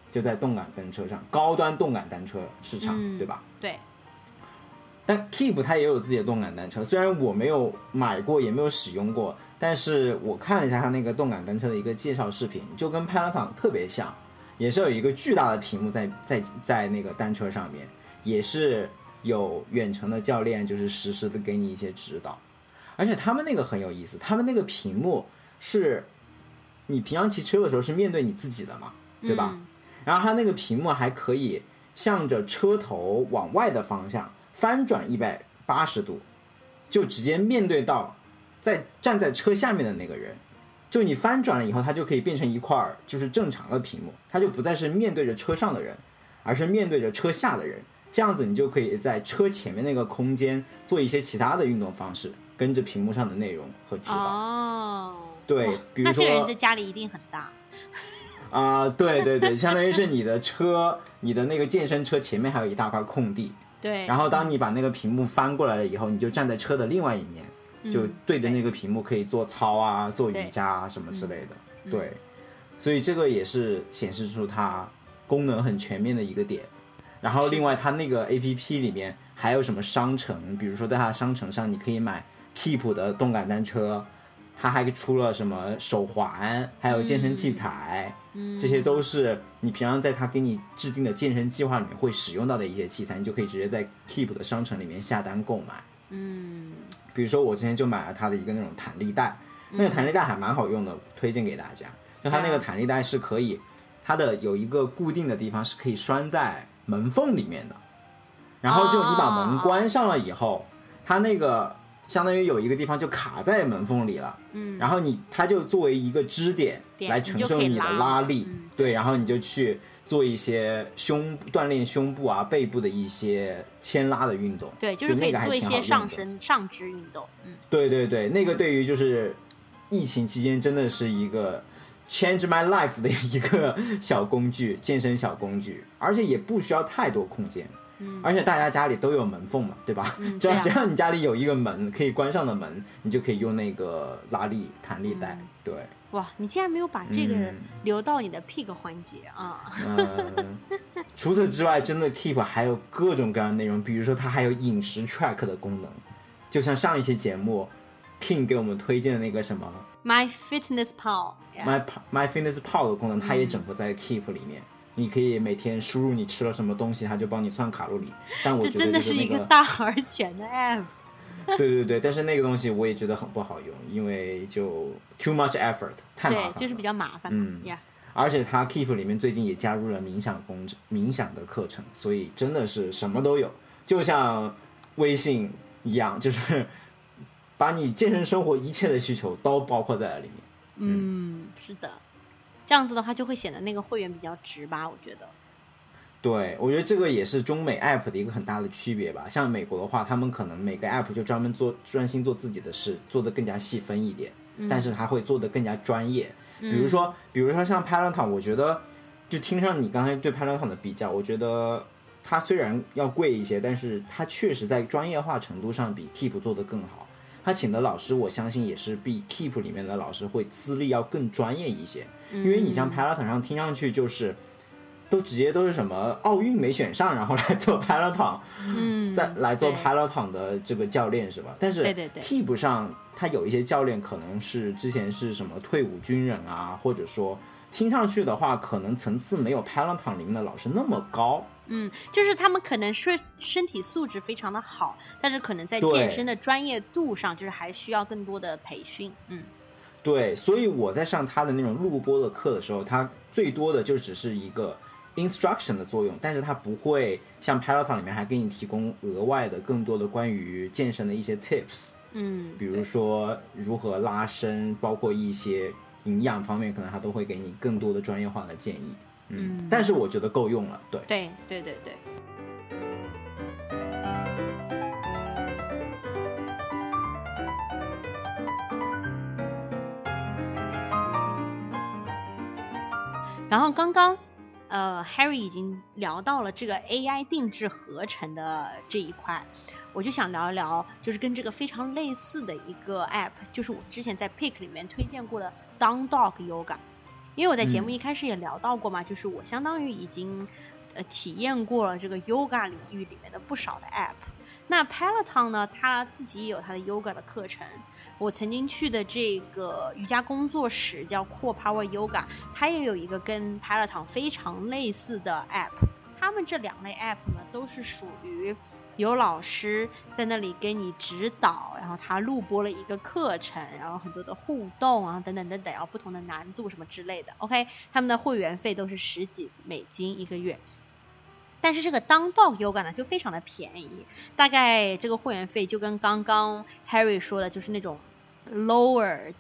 就在动感单车上，高端动感单车市场、 嗯、 对吧？ 对。 但 Keep 它也有自己的动感单车，虽然我没有买过也没有使用过，但是我看了一下它那个动感单车的一个介绍视频，就跟 Peloton 特别像，也是有一个巨大的屏幕在在在那个单车上面，也是有远程的教练就是实时的给你一些指导。而且他们那个很有意思，他们那个屏幕是你平常骑车的时候是面对你自己的嘛，对吧、嗯、然后它那个屏幕还可以向着车头往外的方向翻转一百八十度，就直接面对到在站在车下面的那个人，就你翻转了以后它就可以变成一块就是正常的屏幕，它就不再是面对着车上的人，而是面对着车下的人，这样子你就可以在车前面那个空间做一些其他的运动方式，跟着屏幕上的内容和指导。 哦， 对，比如说那这个人的家里一定很大啊、呃，对对对，相当于是你的车，你的那个健身车前面还有一大块空地。 对。 然后当你把那个屏幕翻过来了以后，你就站在车的另外一面，嗯、就对着那个屏幕可以做操啊、做瑜伽啊什么之类的。 嗯、 对，所以这个也是显示出它功能很全面的一个点。然后另外它那个 A P P 里面还有什么商城，比如说在它商城上你可以买 Keep 的动感单车，它还出了什么手环，还有健身器材、嗯、这些都是你平常在它给你制定的健身计划里面会使用到的一些器材，你就可以直接在 Keep 的商城里面下单购买。 嗯， 比如说我之前就买了它的一个那种弹力带，那个弹力带还蛮好用的，推荐给大家。就它那个弹力带是可以，它的有一个固定的地方是可以拴在门缝里面的，然后就你把门关上了以后，它那个相当于有一个地方就卡在门缝里了，嗯，然后你它就作为一个支点来承受你的拉力， 嗯、 对，然后你就去做一些胸锻炼胸部啊、背部的一些牵拉的运动， 对，就是可以做一些上身上肢运动，嗯， 对对对，那个对于就是疫情期间真的是一个 change my life 的一个小工具，健身小工具，而且也不需要太多空间。嗯、而且大家家里都有门缝嘛，对吧？ 嗯、 只要只要你家里有一个门可以关上的门，你就可以用那个拉力弹力带。嗯、对， 哇，你竟然没有把这个留到你的 pick 环节啊！ 嗯，除此之外，真的 Keep 还有各种各样的内容，比如说它还有饮食 track 的功能，就像上一期节目 King 给我们推荐的那个什么 My Fitness Pal，My My Fitness Pal 的功能，它也整合在 Keep 里面。嗯，你可以每天输入你吃了什么东西，它就帮你算卡路里。但我觉得、这个、 这真的是一个大而全的 app。 对对对，但是那个东西我也觉得很不好用，因为就 too much effort， 太麻烦了。 对，就是比较麻烦。 嗯， yeah. 而且它 Keep 里面最近也加入了冥想工冥想的课程，所以真的是什么都有，就像微信一样，就是把你健身生活一切的需求都包括在了里面。 嗯，嗯是的。这样子的话就会显得那个会员比较值吧，我觉得。 对，我觉得这个也是中美 app 的一个很大的区别吧。像美国的话，他们可能每个 app 就专门做专心做自己的事，做得更加细分一点，嗯、但是它会做得更加专业。比如说，嗯、比如说像 Peloton， 我觉得就听上你刚才对 Peloton 的比较，我觉得它虽然要贵一些，但是它确实在专业化程度上比 Keep 做得更好。他请的老师我相信也是比 Keep 里面的老师会资历要更专业一些，因为你像 Peloton 上听上去就是都直接都是什么奥运没选上然后来做 Peloton， 嗯， 再来做 Peloton 的这个教练是吧？但是 Keep 上他有一些教练可能是之前是什么退伍军人啊，或者说听上去的话可能层次没有 Peloton 里面的老师那么高。 嗯，就是他们可能是身体素质非常的好，但是可能在健身的专业度上就是还需要更多的培训。嗯， 对，所以我在上他的那种录播的课的时候，他最多的就只是一个 instruction 的作用，但是他不会像 Peloton 里面还给你提供额外的更多的关于健身的一些 tips。 嗯， 比如说如何拉伸，包括一些营养方面，可能他都会给你更多的专业化的建议。嗯，但是我觉得够用了。对对对对对。然后刚刚呃 Harry 已经聊到了这个 A I 定制合成的这一块，我就想聊一聊就是跟这个非常类似的一个 app， 就是我之前在 Pick 里面推荐过的 Down Dog Yoga。 因为我在节目一开始也聊到过嘛，嗯、就是我相当于已经呃体验过了这个 yoga 领域里面的不少的 app。那 Peloton 呢，他自己也有他的 yoga 的课程。我曾经去的这个瑜伽工作室叫 Core Power Yoga， 它也有一个跟 Peloton 非常类似的 app。他们这两类 app 呢，都是属于有老师在那里给你指导，然后他录播了一个课程，然后很多的互动啊，等等等等，然后不同的难度什么之类的。OK， 他们的会员费都是十几美金一个月。但是这个当 dog yoga 呢就非常的便宜，大概这个会员费就跟刚刚 Harry 说的，就是那种 lower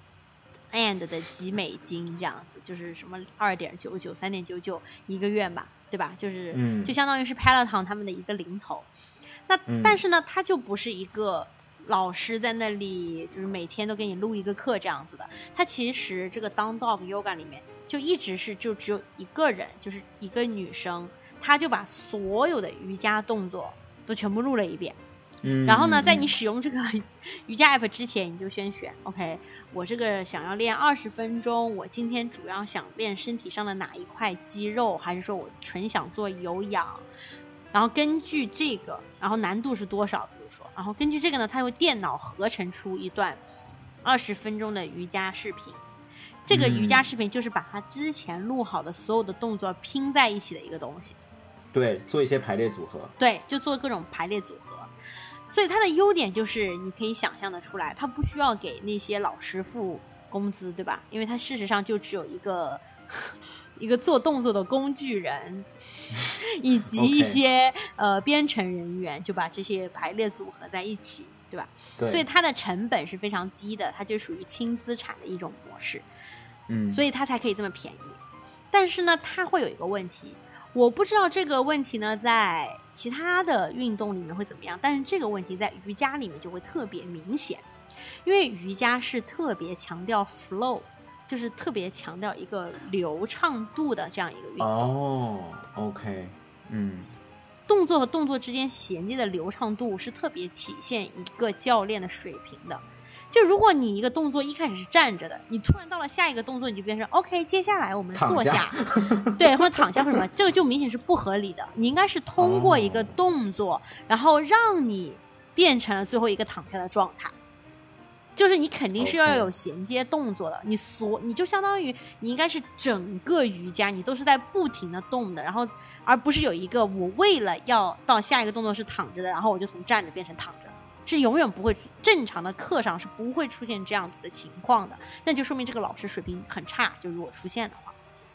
end 的几美金这样子，就是什么二点九九、三点九九一个月嘛，对吧？就是、嗯、就相当于是 Peloton 他们的一个零头。那、嗯、但是呢，它就不是一个老师在那里就是每天都给你录一个课这样子的，它其实这个当 dog yoga 里面就一直是就只有一个人，就是一个女生。他就把所有的瑜伽动作都全部录了一遍，嗯，然后呢，在你使用这个瑜伽 app 之前，你就先选 OK， 我这个想要练二十分钟，我今天主要想练身体上的哪一块肌肉，还是说我纯想做有氧，然后根据这个，然后难度是多少，比如说，然后根据这个呢，它会电脑合成出一段二十分钟的瑜伽视频。这个瑜伽视频就是把它之前录好的所有的动作拼在一起的一个东西。 对，做一些排列组合。 对，就做各种排列组合。所以它的优点就是你可以想象得出来，它不需要给那些老师付工资，对吧？因为它事实上就只有一个一个做动作的工具人以及一些、okay. 呃编程人员，就把这些排列组合在一起，对吧？对，所以它的成本是非常低的，它就属于轻资产的一种模式。嗯，所以它才可以这么便宜。但是呢，它会有一个问题，我不知道这个问题呢在其他的运动里面会怎么样，但是这个问题在瑜伽里面就会特别明显，因为瑜伽是特别强调 flow， 就是特别强调一个流畅度的这样一个运动。 哦 OK， 嗯， 动作和动作之间衔接的流畅度是特别体现一个教练的水平的。就如果你一个动作一开始是站着的，你突然到了下一个动作你就变成 OK， 接下来我们坐下，对，或者躺下或者什么，这个就明显是不合理的。你应该是通过一个动作、哦、然后让你变成了最后一个躺下的状态，就是你肯定是要有衔接动作的、okay. 你所你就相当于你应该是整个瑜伽你都是在不停的动的，然后而不是有一个我为了要到下一个动作是躺着的，然后我就从站着变成躺着，是永远不会，正常的课上是不会出现这样子的情况的，那就说明这个老师水平很差，就如果出现的话。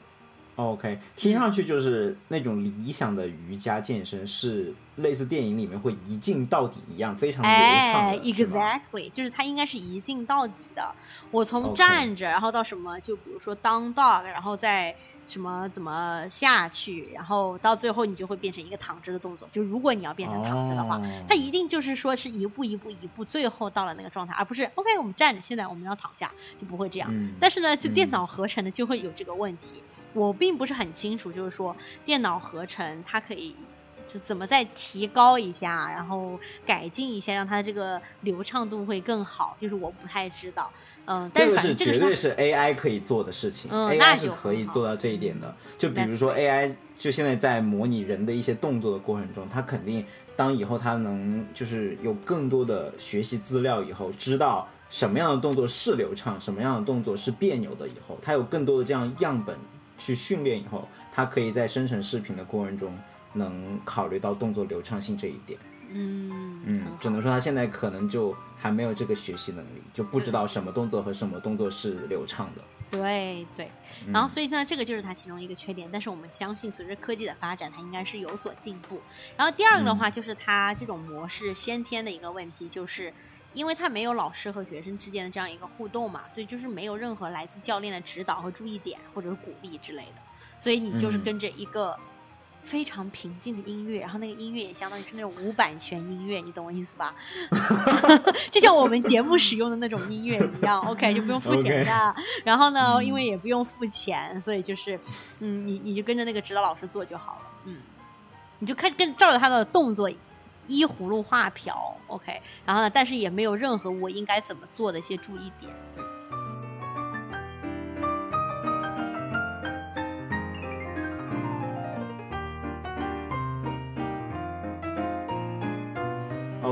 OK， 听上去就是那种理想的瑜伽健身是类似电影里面会一镜到底一样非常流畅的、哎、 exactly， 就是它应该是一镜到底的。我从站着、okay. 然后到什么，就比如说当 dog， 然后再什么怎么下去，然后到最后你就会变成一个躺着的动作，就如果你要变成躺着的话、oh. 它一定就是说是一步一步一步最后到了那个状态，而不是 OK 我们站着现在我们要躺下，就不会这样、嗯、但是呢就电脑合成的就会有这个问题、嗯、我并不是很清楚，就是说电脑合成它可以就怎么再提高一下，然后改进一下，让它这个流畅度会更好，就是我不太知道。嗯，但是反正这个是绝对是 A I 可以做的事情、 嗯、 A I 是可以做到这一点的。就比如说 A I 就现在在模拟人的一些动作的过程中，它肯定当以后它能就是有更多的学习资料以后，知道什么样的动作是流畅，什么样的动作是别扭的以后，它有更多的这样样本去训练以后，它可以在生成视频的过程中能考虑到动作流畅性这一点。 嗯嗯，只能说他现在可能就还没有这个学习能力，就不知道什么动作和什么动作是流畅的。 对对，然后所以呢，这个就是它其中一个缺点，但是我们相信随着科技的发展，它应该是有所进步。然后第二个的话，就是它这种模式先天的一个问题，就是因为它没有老师和学生之间的这样一个互动嘛，所以就是没有任何来自教练的指导和注意点或者是鼓励之类的，所以你就是跟着一个非常平静的音乐，然后那个音乐也相当于是那种无版权音乐，你懂我意思吧？就像我们节目使用的那种音乐一样OK， 就不用付钱的、okay. 然后呢、嗯、因为也不用付钱，所以就是嗯，你你就跟着那个指导老师做就好了，嗯，你就看跟照着他的动作依葫芦画瓢 OK， 然后呢但是也没有任何我应该怎么做的一些注意点。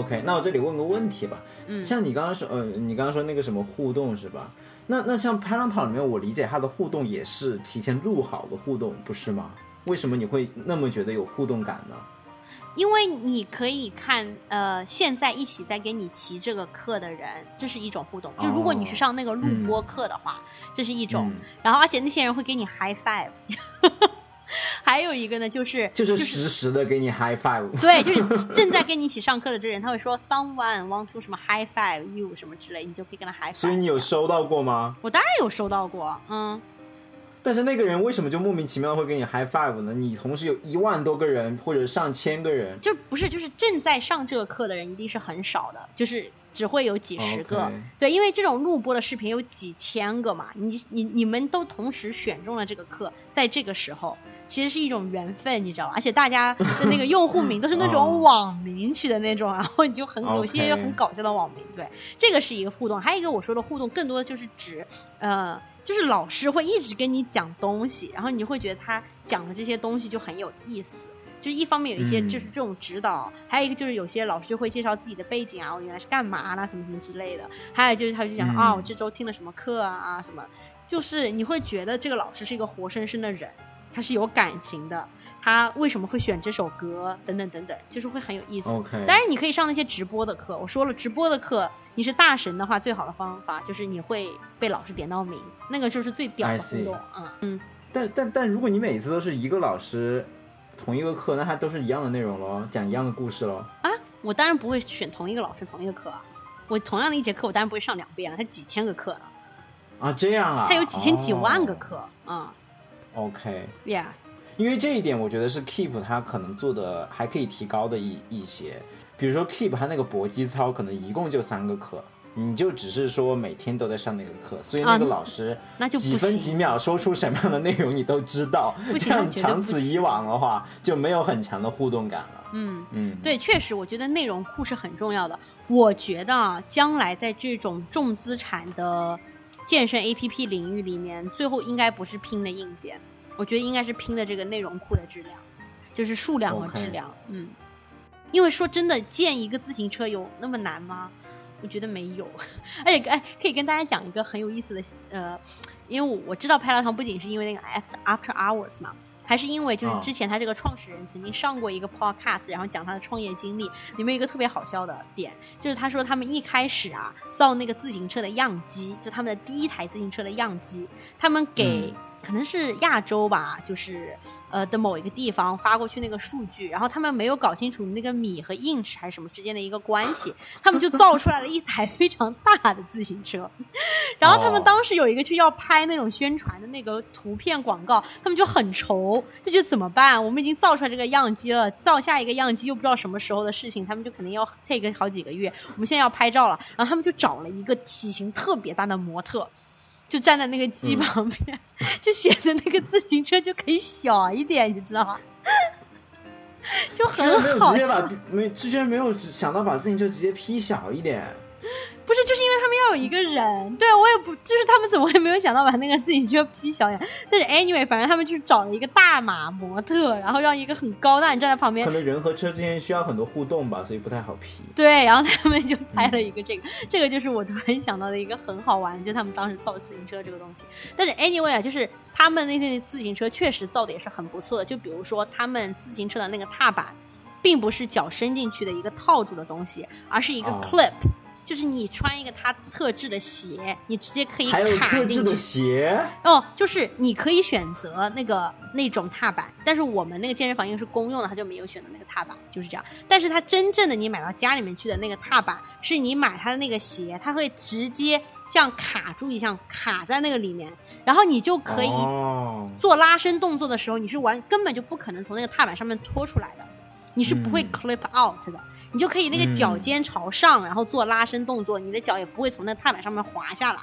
OK， 那我这里问个问题吧。 嗯， 像你刚刚说，呃，你刚刚说那个什么互动是吧？那那像 Peloton 里面，我理解它的互动也是提前录好的互动，不是吗？为什么你会那么觉得有互动感呢？ 因为你可以看，呃，现在一起在给你骑这个课的人，这是一种互动。就如果你去上那个录播课的话，哦嗯、这是一种。嗯、然后，而且那些人会给你 high five。还有一个呢，就是就是实时的给你 high five。 对，就是正在跟你一起上课的这人，他会说 someone want to 什么 high five you 什么之类，你就可以跟他 high five。 所以你有收到过吗？ 我当然有收到过，嗯。 但是那个人为什么就莫名其妙会给你 high five 呢？你同时有一万多个人或者上千个人， 就不是就是正在上这个课的人一定是很少的，就是只会有几十个。 Okay. 对，因为这种录播的视频有几千个嘛，你你你们都同时选中了这个课，在这个时候其实是一种缘分，你知道吧？而且大家的那个用户名都是那种网名取的那种，然后你就很有些很搞笑的网名。对，这个是一个互动，还有一个我说的互动，更多的就是指呃。就是老师会一直跟你讲东西，然后你会觉得他讲的这些东西就很有意思。就是一方面有一些就是这种指导、嗯、还有一个就是有些老师就会介绍自己的背景啊，我原来是干嘛啦什么什么之类的。还有就是他就讲、嗯、啊我这周听了什么课啊什么，就是你会觉得这个老师是一个活生生的人，他是有感情的，他为什么会选这首歌等等等等，就是会很有意思。 Okay. 当然你可以上那些直播的课，我说了直播的课你是大神的话，最好的方法就是你会被老师点到名，那个就是最屌的互动。嗯嗯。 但但但如果你每次都是一个老师同一个课，那它都是一样的内容咯，讲一样的故事咯。 啊，我当然不会选同一个老师同一个课啊，我同样的一节课我当然不会上两遍啊，它几千个课呢。 啊，这样啊， 它有几千几万个课啊。 哦、OK yeah。 因为这一点我觉得是 Keep 它可能做的还可以提高的一一些。比如说 Keep 它那个搏击操可能一共就三个课，你就只是说每天都在上那个课，所以那个老师几分几秒说出什么样的内容你都知道，这样长此以往的话就没有很强的互动感了。 嗯嗯，对，确实我觉得内容库是很重要的。我觉得啊，将来在这种重资产的健身 A P P 领域里面，最后应该不是拼的硬件，我觉得应该是拼的这个内容库的质量，就是数量和质量。 Okay. 嗯，因为说真的，建一个自行车有那么难吗？我觉得没有。而且哎，可以跟大家讲一个很有意思的，呃，因为我我知道派乐堂不仅是因为那个 After After Hours 嘛，还是因为就是之前他这个创始人曾经上过一个 podcast， 然后讲他的创业经历，里面有一个特别好笑的点，就是他说他们一开始啊造那个自行车的样机，就他们的第一台自行车的样机，他们给、嗯可能是亚洲吧，就是呃的某一个地方发过去那个数据，然后他们没有搞清楚那个米和 inch 还是什么之间的一个关系，他们就造出来了一台非常大的自行车。然后他们当时有一个就要拍那种宣传的那个图片广告，他们就很愁，就觉得怎么办？我们已经造出来这个样机了，造下一个样机又不知道什么时候的事情，他们就肯定要 take 好几个月。我们现在要拍照了，然后他们就找了一个体型特别大的模特。就站在那个机旁边、嗯、就显得那个自行车就可以小一点，你知道吗？就很好笑。 没之前没有想到把自行车直接劈小一点。 不是，就是因为他们要有一个人，对我也不，就是他们怎么会没有想到把那个自行车劈小一点？但是 anyway， 反正他们就是找了一个大码模特，然后让一个很高大人站在旁边。 可能人和车之间需要很多互动吧，所以不太好劈。 对，然后他们就拍了一个这个，嗯、这个就是我突然想到的一个很好玩，就他们当时造自行车这个东西。但是 anyway 啊，就是他们那些自行车确实造的也是很不错的，就比如说他们自行车的那个踏板，并不是脚伸进去的一个套住的东西，而是一个 clip。哦，就是你穿一个它特制的鞋，你直接可以卡进去。 还有特制的鞋哦，就是你可以选择那个那种踏板，但是我们那个健身房因为是公用的，它就没有选择那个踏板，就是这样。但是它真正的你买到家里面去的那个踏板，是你买它的那个鞋，它会直接像卡住一样卡在那个里面，然后你就可以做拉伸动作的时候，你是完根本就不可能从那个踏板上面拖出来的，你是不会 clip out 的。嗯，你就可以那个脚尖朝上、嗯、然后做拉伸动作，你的脚也不会从那踏板上面滑下来。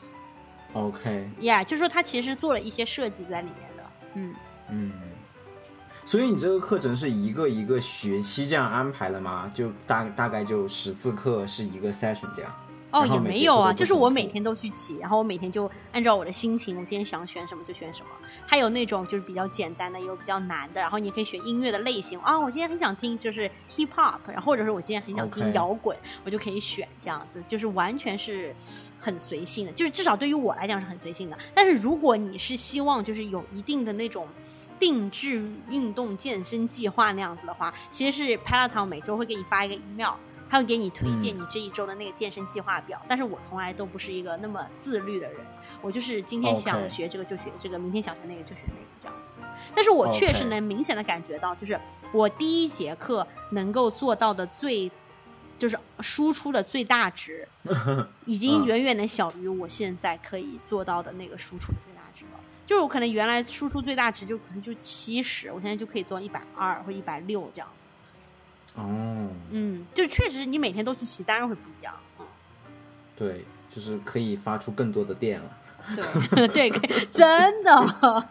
OK yeah， 就是说它其实做了一些设计在里面的。嗯嗯，所以你这个课程是一个一个学期这样安排的吗？就大大概就十次课是一个 session 这样？ 哦，也没有啊，就是我每天都去骑，然后我每天就按照我的心情，我今天想选什么就选什么。还有那种就是比较简单的，也有比较难的，然后你可以选音乐的类型啊，我今天很想听就是 hip hop， 然后或者是我今天很想听摇滚， okay. 我就可以选这样子，就是完全是很随性的，就是至少对于我来讲是很随性的。但是如果你是希望就是有一定的那种定制运动健身计划那样子的话，其实是 Peloton 每周会给你发一个 email，他会给你推荐你这一周的那个健身计划表、嗯、但是我从来都不是一个那么自律的人，我就是今天想学这个就学这个、okay. 明天想学那个就学那个这样子。但是我确实能明显的感觉到，就是我第一节课能够做到的最就是输出的最大值已经远远的小于我现在可以做到的那个输出的最大值了。就是我可能原来输出最大值就可能就七十，我现在就可以做到一百二或一百六这样子。 哦， 嗯，就确实你每天都去骑，当然会不一样。嗯， 对，就是可以发出更多的电了。 对对，真的，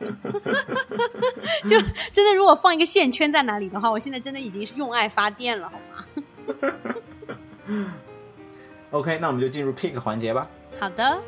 就真的，如果放一个线圈在哪里的话，我现在真的已经是用爱发电了，好吗？OK， 那我们就进入 pick 环节吧。 好的。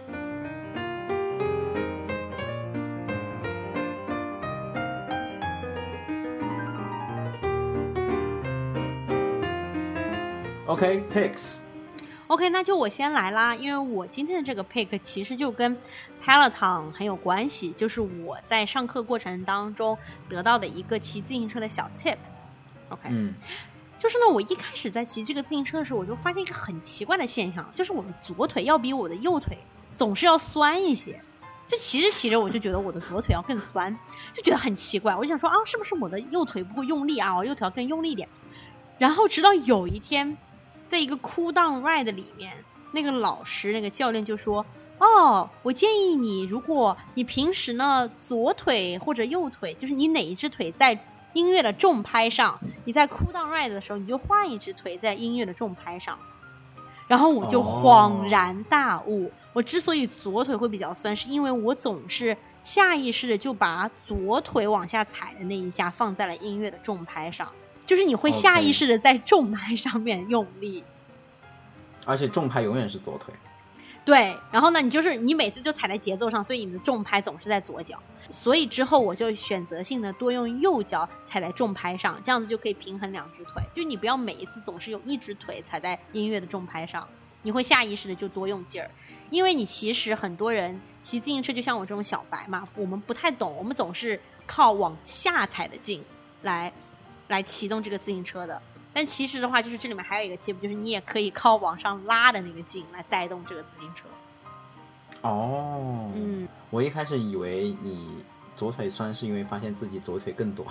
OK picks OK 那就我先来啦，因为我今天的这个 pick 其实就跟 Peloton 很有关系，就是我在上课过程当中得到的一个骑自行车的小 tip。 OK、 嗯、 就是呢我一开始在骑这个自行车的时候，我就发现一个很奇怪的现象，就是我的左腿要比我的右腿总是要酸一些，就骑着骑着我就觉得我的左腿要更酸，就觉得很奇怪，我就想说啊，是不是我的右腿不够用力啊，我右腿要更用力一点。然后直到有一天在一个 cool down ride 里面，那个老师那个教练就说，哦，我建议你，如果你平时呢左腿或者右腿，就是你哪一只腿在音乐的重拍上，你在 cool down ride 的时候你就换一只腿在音乐的重拍上。然后我就恍然大悟、哦、我之所以左腿会比较酸，是因为我总是下意识的就把左腿往下踩的那一下放在了音乐的重拍上，就是你会下意识的在重拍上面用力、 okay. 而且重拍永远是左腿。 对，然后呢你就是你每次就踩在节奏上，所以你的重拍总是在左脚，所以之后我就选择性的多用右脚踩在重拍上，这样子就可以平衡两只腿，就你不要每一次总是用一只腿踩在音乐的重拍上，你会下意识的就多用劲儿。因为你其实很多人骑自行车就像我这种小白嘛，我们不太懂，我们总是靠往下踩的劲来来启动这个自行车的，但其实的话就是这里面还有一个 tip， 就是你也可以靠往上拉的那个劲来带动这个自行车。 哦，嗯，我一开始以为你左腿酸是因为发现自己左腿更短。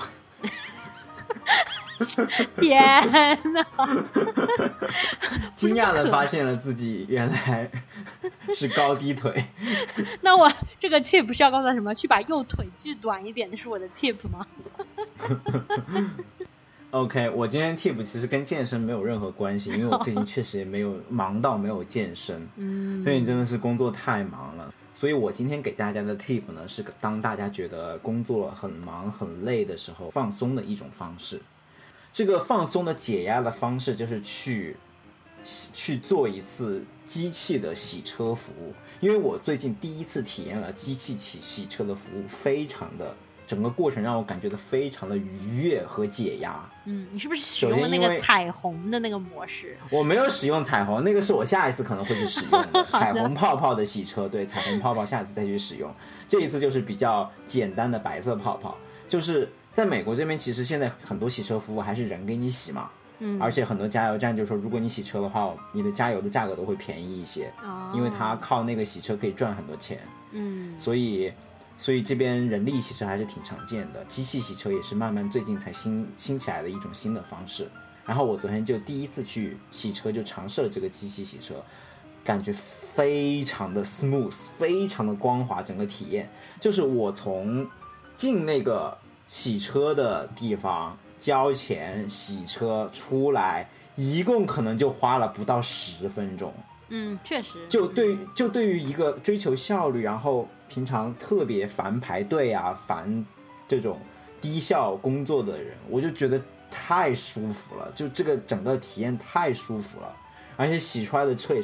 天哪！ 惊讶的发现了自己原来是高低腿。 那我这个 tip 是要告诉他什么？去把右腿锯短一点，这是我的 tip 吗 ？OK， 我今天 tip 其实跟健身没有任何关系，因为我最近确实也没有忙到没有健身，嗯，所以真的是工作太忙了。所以我今天给大家的 tip 呢，是当大家觉得工作很忙很累的时候放松的一种方式。这个放松的解压的方式就是去去做一次机器的洗车服务，因为我最近第一次体验了机器洗洗车的服务，非常的整个过程让我感觉到非常的愉悦和解压。 嗯，你是不是使用了那个彩虹的那个模式？ 我没有使用彩虹，那个是我下一次可能会去使用的彩虹泡泡的洗车，对，彩虹泡泡下次再去使用。这一次就是比较简单的白色泡泡，就是在美国这边其实现在很多洗车服务还是人给你洗嘛，嗯，而且很多加油站就说如果你洗车的话，你的加油的价格都会便宜一些，哦，因为它靠那个洗车可以赚很多钱，嗯，所以所以这边人力洗车还是挺常见的，机器洗车也是慢慢最近才新新起来的一种新的方式。然后我昨天就第一次去洗车，就尝试了这个机器洗车，感觉非常的 smooth， 非常的光滑，整个体验就是我从进那个洗车的地方交钱洗车出来，一共可能就花了不到十分钟。 嗯，确实。 就对，就对于一个追求效率，然后平常特别烦排队啊，烦这种低效工作的人，我就觉得太舒服了，就这个整个体验太舒服了，而且洗出来的车也是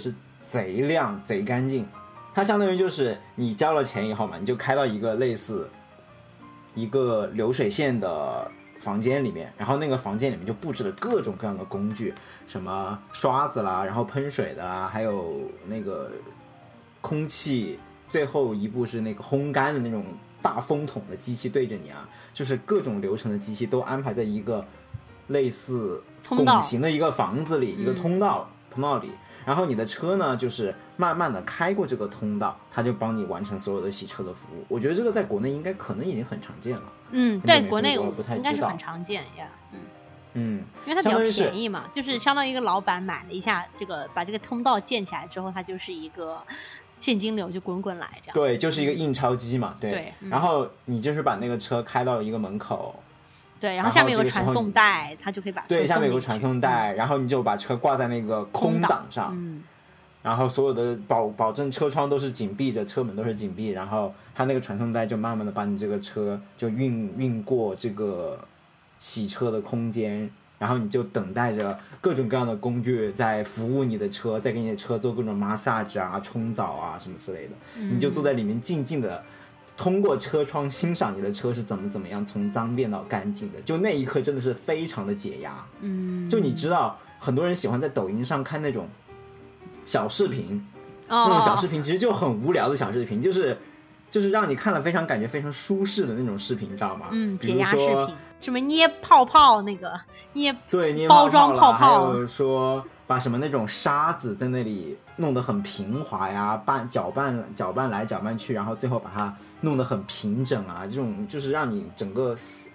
贼亮贼干净。它相当于就是你交了钱以后嘛，你就开到一个类似一个流水线的房间里面，然后那个房间里面就布置了各种各样的工具，什么刷子啦，然后喷水的啦，还有那个空气，最后一步是那个烘干的那种大风筒的机器对着你啊，就是各种流程的机器都安排在一个类似拱形的一个房子里，一个通道、嗯、通道里。然后你的车呢，就是慢慢的开过这个通道，它就帮你完成所有的洗车的服务。我觉得这个在国内应该可能已经很常见了。 嗯，对，国内我不太知道，应该是很常见呀。嗯嗯， 因为它比较便宜嘛，就是相当于一个老板买了一下这个，把这个通道建起来之后，它就是一个现金流就滚滚来这样。 对，就是一个印钞机嘛。对。对嗯、然后你就是把那个车开到一个门口。 对，然后下面有个传送带，它就可以把车对，下面有个传送带、嗯，然后你就把车挂在那个空档上， 嗯， 然后所有的保保证车窗都是紧闭着，车门都是紧闭，然后它那个传送带就慢慢的把你这个车就运运过这个洗车的空间，然后你就等待着各种各样的工具在服务你的车，在给你的车做各种 massage 啊、冲澡啊什么之类的， 嗯、 你就坐在里面静静的。通过车窗欣赏你的车是怎么怎么样从脏变到干净的，就那一刻真的是非常的解压。 嗯， 就你知道很多人喜欢在抖音上看那种小视频， 哦、 那种小视频其实就很无聊的小视频，就是就是让你看了非常感觉非常舒适的那种视频，你知道吗？ 嗯，解压视频，什么捏泡泡那个捏对捏包装泡泡，还有说把什么那种沙子在那里弄得很平滑呀，拌搅拌搅拌来搅拌去，然后最后把它弄得很平整啊，这种就是让你整个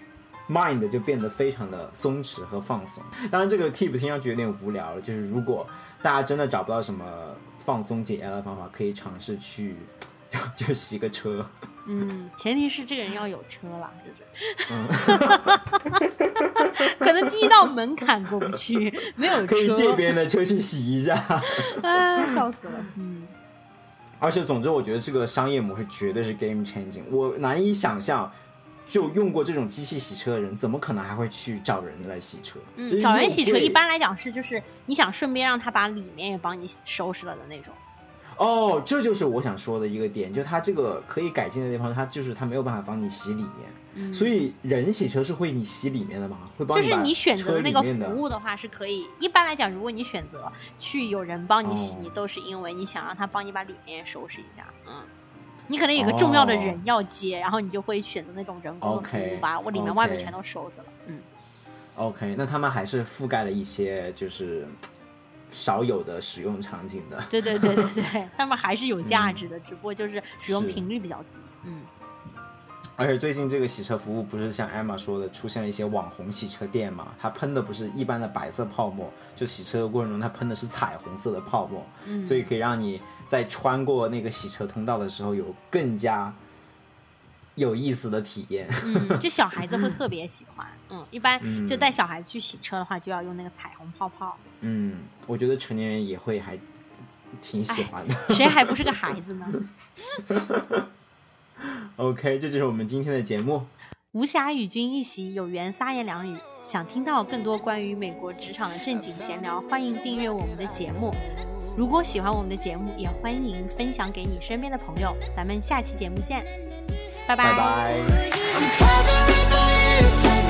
mind 就变得非常的松弛和放松。当然这个 tip 听上去有点无聊了，就是如果大家真的找不到什么放松解压的方法，可以尝试去就洗个车。 嗯，前提是这个人要有车啦，就是嗯可能第一道门槛过不去，没有车可以借别人的车去洗一下啊，笑死了。嗯， 而且总之我觉得这个商业模式绝对是 game changing， 我难以想象就用过这种机器洗车的人怎么可能还会去找人来洗车。 嗯，找人洗车一般来讲是就是你想顺便让他把里面也帮你收拾了的那种。 哦，这就是我想说的一个点，就它这个可以改进的地方，它就是它没有办法帮你洗里面、 嗯、 所以人洗车是会你洗里面的吗？会帮你把就是你选择的那个服务的话是可以，一般来讲如果你选择去有人帮你洗、哦、都是因为你想让他帮你把里面收拾一下。嗯，你可能有个重要的人要接、哦、然后你就会选择那种人工的服务、okay, 把我里面外面全都收拾了。嗯 OK， 那他们还是覆盖了一些就是少有的使用场景的。 对对对对对，他们还是有价值的、嗯、只不过就是使用频率比较低。嗯， 而且最近这个洗车服务不是像 Emma 说的出现了一些网红洗车店嘛，它喷的不是一般的白色泡沫，就洗车的过程中它喷的是彩虹色的泡沫、嗯、所以可以让你在穿过那个洗车通道的时候有更加有意思的体验。 嗯，就小孩子会特别喜欢。嗯，一般就带小孩子去洗车的话就要用那个彩虹泡泡。 嗯，我觉得成年人也会还挺喜欢的。 谁还不是个孩子呢 OK， 这就是我们今天的节目。 无暇与君一席，有缘撒言两语。想听到更多关于美国职场的正经闲聊，欢迎订阅我们的节目。如果喜欢我们的节目，也欢迎分享给你身边的朋友。咱们下期节目见，拜拜。 拜拜。